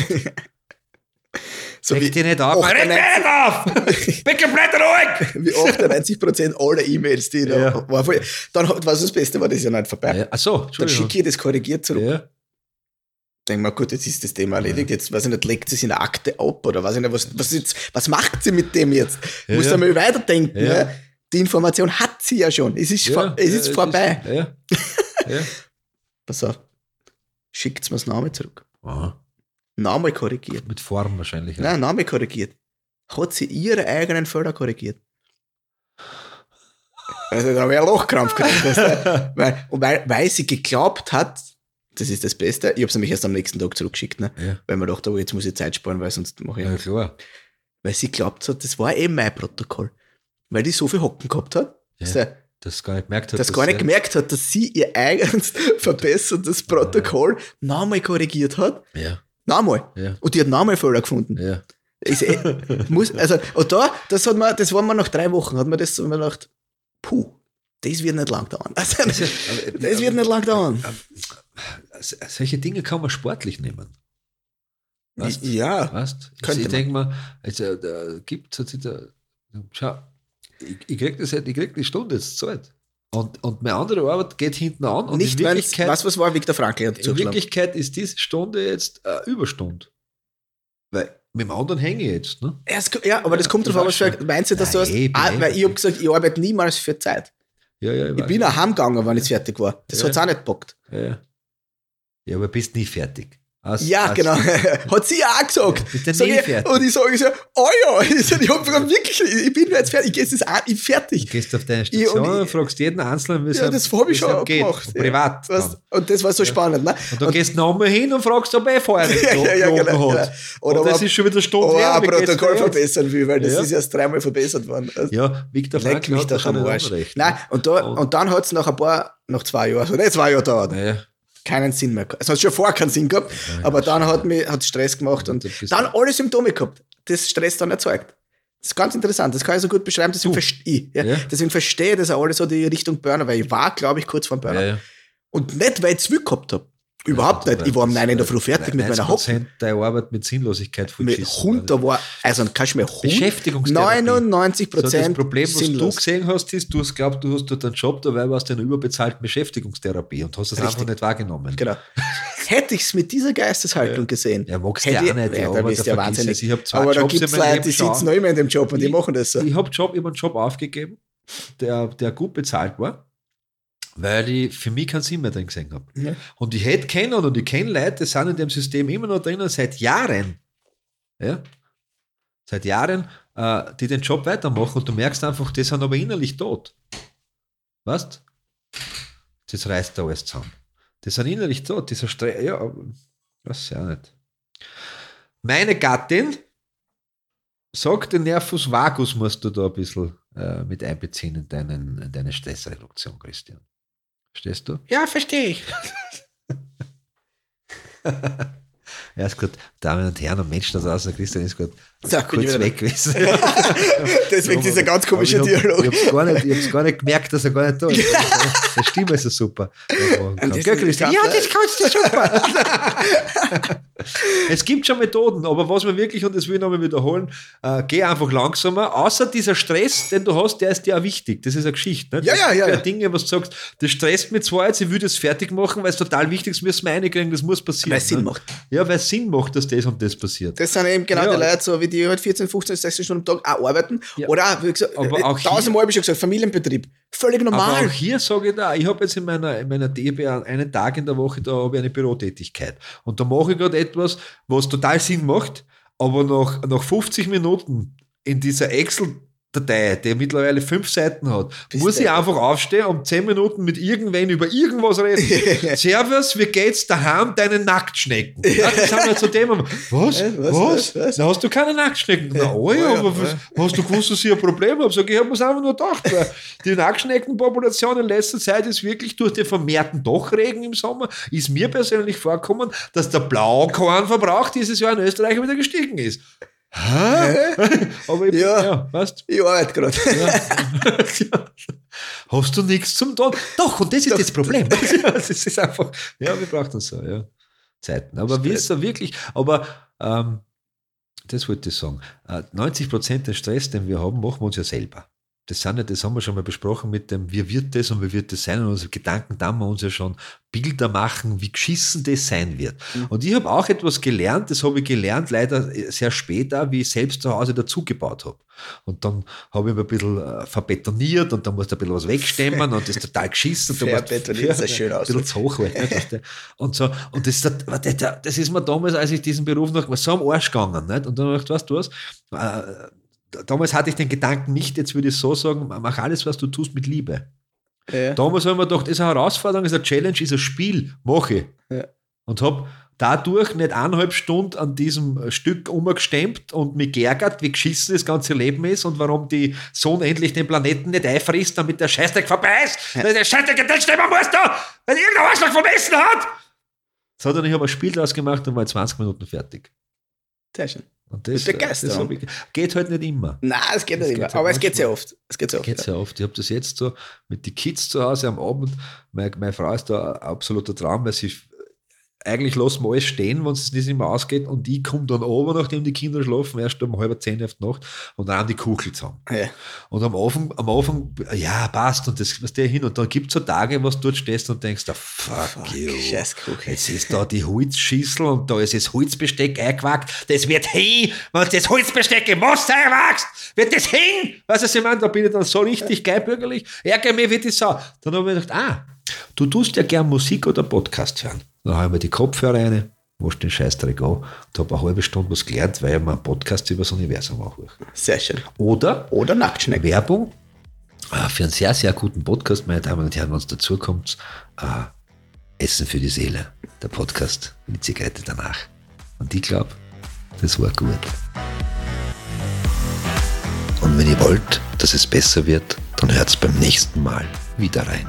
So Reg dich nicht auf. Reg dich nicht auf! Bin komplett ruhig! Wie achtundneunzig Prozent aller E-Mails, die da Ja. war. Voll, dann, was das Beste war, das ist ja nicht vorbei. Ja, ach so, Dann Entschuldigung. schicke ich das korrigiert zurück. Ja. Denk mal, gut, jetzt ist das Thema erledigt. Jetzt, weiß ich nicht, legt sie es in eine Akte ab oder weiß ich nicht, was, was, jetzt, was macht sie mit dem jetzt? Ja, Muss ja. da mal weiterdenken. Ja. Ne? Die Information hat sie ja schon. Es ist, Ja, vor, es ja, ist vorbei. Ist, ja. Ja. Pass auf. Schickt mir das Name zurück. Aha. Name korrigiert. Mit Form wahrscheinlich. Nein, Name korrigiert. Hat sie ihre eigenen Felder korrigiert? Also da habe ich einen Lochkrampf gekriegt. weißt du? weil, und weil, weil sie geglaubt hat, das ist das Beste, ich habe es nämlich erst am nächsten Tag zurückgeschickt, ne? Ja. Weil man dachte, oh, jetzt muss ich Zeit sparen, weil sonst mache ich Ja, klar. Weil sie glaubt hat, das war eben mein Protokoll. Weil die so viel Hocken gehabt hat, Ja. dass er Das gar nicht gemerkt hat. das gar nicht er- gemerkt hat, dass sie ihr eigenes verbessertes Protokoll nochmal korrigiert hat. Ja, Nochmal. ja, Und die hat nochmal Fehler gefunden. ja. Ist eh, muss, also, und da, das hat man, das war man nach drei Wochen, hat man das so gedacht, puh, das wird nicht lang dauern. Also, Das, das ist- wird nicht lang dauern. Solche Dinge kann man sportlich nehmen. Weißt? Ja, Weißt? Ich, Könnte ich man. denke mal, also, da gibt es da, schau, ich, ich krieg das halt, ich krieg die Stunde jetzt Zeit. Und, und meine andere Arbeit geht hinten an. Und nicht, in weil, Wirklichkeit, was, was war Viktor Frankl hat in zugeschlagen. Wirklichkeit ist diese Stunde jetzt eine Überstunde. Weil mit dem anderen hänge ich jetzt. Ne? Ja, es- ja, aber das Ja, kommt ich drauf an, was weiß du schon. meinst du, dass du hast, Nein, ich bin ah, eh- weil ich habe gesagt, ich arbeite niemals für Zeit. Ja, ja, Ich weiß. bin auch heimgegangen, wenn ich fertig war. Das Ja. hat's auch nicht gepackt. Ja. Ja, aber bist nie fertig. Als, Ja, als, genau. Hat sie ja auch gesagt. Ja, bist du Sag nie ich, fertig. und ich sage so, oh ja, ich, sag, ich, hab wirklich, ich bin jetzt fertig, ich gehe jetzt auch, ich fertig. Du gehst auf deine Ich- Station und und, ich- fragst jeden Einzelnen, wie es Ja, ihm- das habe ich wie es ihm schon geht. gemacht. Und ja. privat. Weißt, dann. und das war so spannend. Ne? Und dann gehst du nochmal hin und fragst, ob er vorher nicht Ja, ja, ja, gelogen genau, hat. genau. Oder Und das ob- ist schon wieder eine Stunde aber her. auch ein wie geht's Protokoll dir jetzt? verbessern will, weil das Ja. ist erst dreimal verbessert worden. Also, Ja, Viktor leck Frankl mich hat doch doch am nicht Arsch. Unrecht. Nein, und, da, Und- und dann hat es nach ein paar, nach zwei Jahren, also nicht zwei Jahre dauert, Ja, keinen Sinn mehr gehabt. Es hat schon vorher keinen Sinn gehabt, aber dann hat mich hat Stress gemacht und das ist- dann alle Symptome gehabt, das Stress dann erzeugt. Das ist ganz interessant, das kann ich so gut beschreiben, deswegen verstehe ich. Ja? Ja. Deswegen verstehe ich das auch alles so die Richtung Burner, weil ich war, glaube ich, kurz vor dem Burner. ja, ja. Und nicht, weil ich es will gehabt habe. Überhaupt nicht. Ich war um neun in der Früh fertig mit meiner Hocken. neunzig Prozent der Arbeit mit Sinnlosigkeit Mit vollgeschissen. Hund, da war, also kannst du mir Hund, Beschäftigungstherapie. neunundneunzig So, das Prozent Problem, was sinnlos. du gesehen hast, ist, du hast glaubt, du hast dort einen Job, dabei warst du in einer überbezahlten Beschäftigungstherapie und hast es Richtig. einfach nicht wahrgenommen. Genau. Hätte ich es mit dieser Geisteshaltung gesehen, Ja, magst hätte du ja ich- auch nicht, ja, ja, da aber bist da du ja vergiss wahnsinnig. es. Ich hab zwei aber da Jobs in gibt es meinem Leute, Leben die schon. sitzen noch immer in dem Job und die Ich- machen das so. Ich habe Job, ich hab einen Job aufgegeben, der, der gut bezahlt war, weil ich für mich keinen Sinn mehr drin gesehen habe. Ja. Und ich hätte kennen und ich kenne Leute, die sind in dem System immer noch drinnen seit Jahren. Ja? Seit Jahren, äh, die den Job weitermachen und du merkst einfach, die sind aber innerlich tot. Weißt? Das reißt da alles zusammen. Die sind innerlich tot. Dieser Stress, ja, weiß ich auch nicht. Meine Gattin sagt, den Nervus vagus musst du da ein bisschen äh, mit einbeziehen in, deinen, in deine Stressreduktion, Christian. Verstehst du? Ja, verstehe ich. Ja, ist gut. Damen und Herren und Menschen da draußen, der Christian ist gerade So, bin ich kurz wieder weg gewesen. Deswegen dieser ganz komische Aber ich hab- Dialog. Ich habe gar, nicht- ich hab's gar nicht gemerkt, dass er gar nicht da ist. Die Stimme ist so super. Und das Gell, ist Christian? ganz- Ja, das kannst du super. Es gibt schon Methoden, aber was wir wirklich, und das will ich nochmal wiederholen, äh, geh einfach langsamer. Außer dieser Stress, den du hast, der ist dir auch wichtig. Das ist eine Geschichte. Ne? Ja, Das ja, gibt ja, ja. Dinge, was du sagst, das stresst mich zwar jetzt, ich will das fertig machen, weil es total wichtig ist, müssen wir reinkriegen, das muss passieren. Weil es Sinn ne? macht. Ja, weil es Sinn macht, dass das und das passiert. Das sind eben genau Ja. die Leute, so wie die halt vierzehn, fünfzehn, sechzehn Stunden am Tag auch arbeiten. Ja. Oder auch, wie gesagt, Aber auch hier- tausendmal habe ich schon gesagt, Familienbetrieb. Völlig Aber normal. auch hier sage ich da, ich habe jetzt in meiner, in meiner D B einen Tag in der Woche, da habe ich eine Bürotätigkeit. Und da mache ich gerade etwas, was total Sinn macht, aber nach, nach fünfzig Minuten in dieser Excel Datei, die mittlerweile fünf Seiten hat, Bis muss ich der- einfach aufstehen und zehn Minuten mit irgendwen über irgendwas reden. Servus, wie geht's daheim deinen Nacktschnecken? Ja, das haben wir zu dem. Was? Äh, was, Was? was, was? Na, hast du keine Nacktschnecken? Na, oh ja, Oh ja, aber oh was, ja. hast du gewusst, dass ich ein Problem habe? Sag ich, ich habe mir einfach nur gedacht, weil die Nacktschneckenpopulation in letzter Zeit ist wirklich durch den vermehrten Dochregen im Sommer, ist mir persönlich vorgekommen, dass der Blaukornverbrauch dieses Jahr in Österreich wieder gestiegen ist. Hä? Aber ich, Ja. ja, weißt Ich arbeite gerade. ja. Hast du nichts zum tun? Doch, und das ist Doch. das Problem. Das ist einfach, ja, wir brauchen das so, ja. Zeiten. Aber wie ist er wirklich, aber ähm, das wollte ich sagen. Äh, neunzig Prozent des Stress, den wir haben, machen wir uns ja selber. Das sind ja, das haben wir schon mal besprochen mit dem, wie wird das und wie wird das sein? Und unsere Gedanken, da wir uns ja schon Bilder machen, wie geschissen das sein wird. Mhm. Und ich habe auch etwas gelernt, das habe ich gelernt, leider sehr spät auch, wie ich selbst zu Hause dazugebaut habe. Und dann habe ich mich ein bisschen äh, verbetoniert und dann musst du ein bisschen was wegstemmen und das ist total geschissen. Verbetoniert ist ja schön aus. Ein bisschen zu hoch. Halt, und so. Und das, das, das ist mir damals, als ich diesen Beruf noch so am Arsch gegangen. Nicht? Und dann habe ich gedacht, weißt du was, äh, damals hatte ich den Gedanken nicht, jetzt würde ich so sagen, mach alles, was du tust, mit Liebe. Ja. Damals habe ich mir gedacht, das ist eine Herausforderung, das ist eine Challenge, ist ein Spiel, mache ich. Ja. Und habe dadurch nicht eineinhalb Stunden an diesem Stück umgestemmt und mich geärgert, wie geschissen das ganze Leben ist und warum die Sonne endlich den Planeten nicht einfrisst, damit der Scheißdreck vorbei ist. Ja. Der Scheißdreck nicht nehmen musst du, wenn irgendein Arschloch vom Essen hat. Sondern ich habe ein Spiel daraus gemacht und war in zwanzig Minuten fertig. Sehr schön. Und das, Mit Begeisterung. das ich, geht halt nicht immer. Nein, es geht Das nicht geht immer. ja Aber es geht sehr manchmal. oft. Es geht sehr oft. Geht sehr oft. Ich habe das jetzt so mit den Kids zu Hause am Abend. Meine, meine Frau ist da ein absoluter Traum, weil sie eigentlich lassen wir alles stehen, wenn es nicht mehr ausgeht. Und ich komme dann oben, nachdem die Kinder schlafen, erst um halb zehn auf die Nacht und dann die Kuchel zusammen. Ja. Und am Anfang, am Anfang, ja, passt. Und das was der hin. Und dann gibt es so Tage, wo du dort stehst und denkst, ah, fuck, fuck you. Scheiß Kuchel. Jetzt ist da die Holzschüssel und da ist das Holzbesteck eingewackt. Das wird hin, wenn das Holzbesteck im Wasser einwachst, wird das hin. Weißt du, was ich meine? Da bin ich dann so richtig geilbürgerlich. Ärgere mich wie die Sau. Dann habe ich gedacht, ah, du tust ja gern Musik oder Podcast hören. Dann habe ich mir die Kopfhörer rein, wasch den Scheißdreck an und habe eine halbe Stunde was gelernt, weil ich mir einen Podcast über das Universum anhöre. Sehr schön. Oder, Oder Nacktschnecken. Werbung äh, für einen sehr, sehr guten Podcast, meine Damen und Herren, wenn es dazu kommt. Äh, Essen für die Seele, der Podcast, die Zigarette danach. Und ich glaube, das war gut. Und wenn ihr wollt, dass es besser wird, dann hört es beim nächsten Mal wieder rein.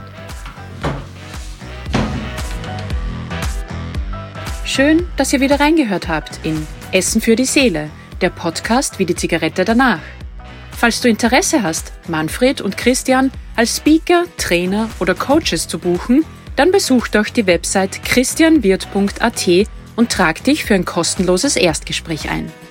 Schön, dass ihr wieder reingehört habt in Essen für die Seele, der Podcast wie die Zigarette danach. Falls du Interesse hast, Manfred und Christian als Speaker, Trainer oder Coaches zu buchen, dann besuch doch die Website christianwirt punkt at und trag dich für ein kostenloses Erstgespräch ein.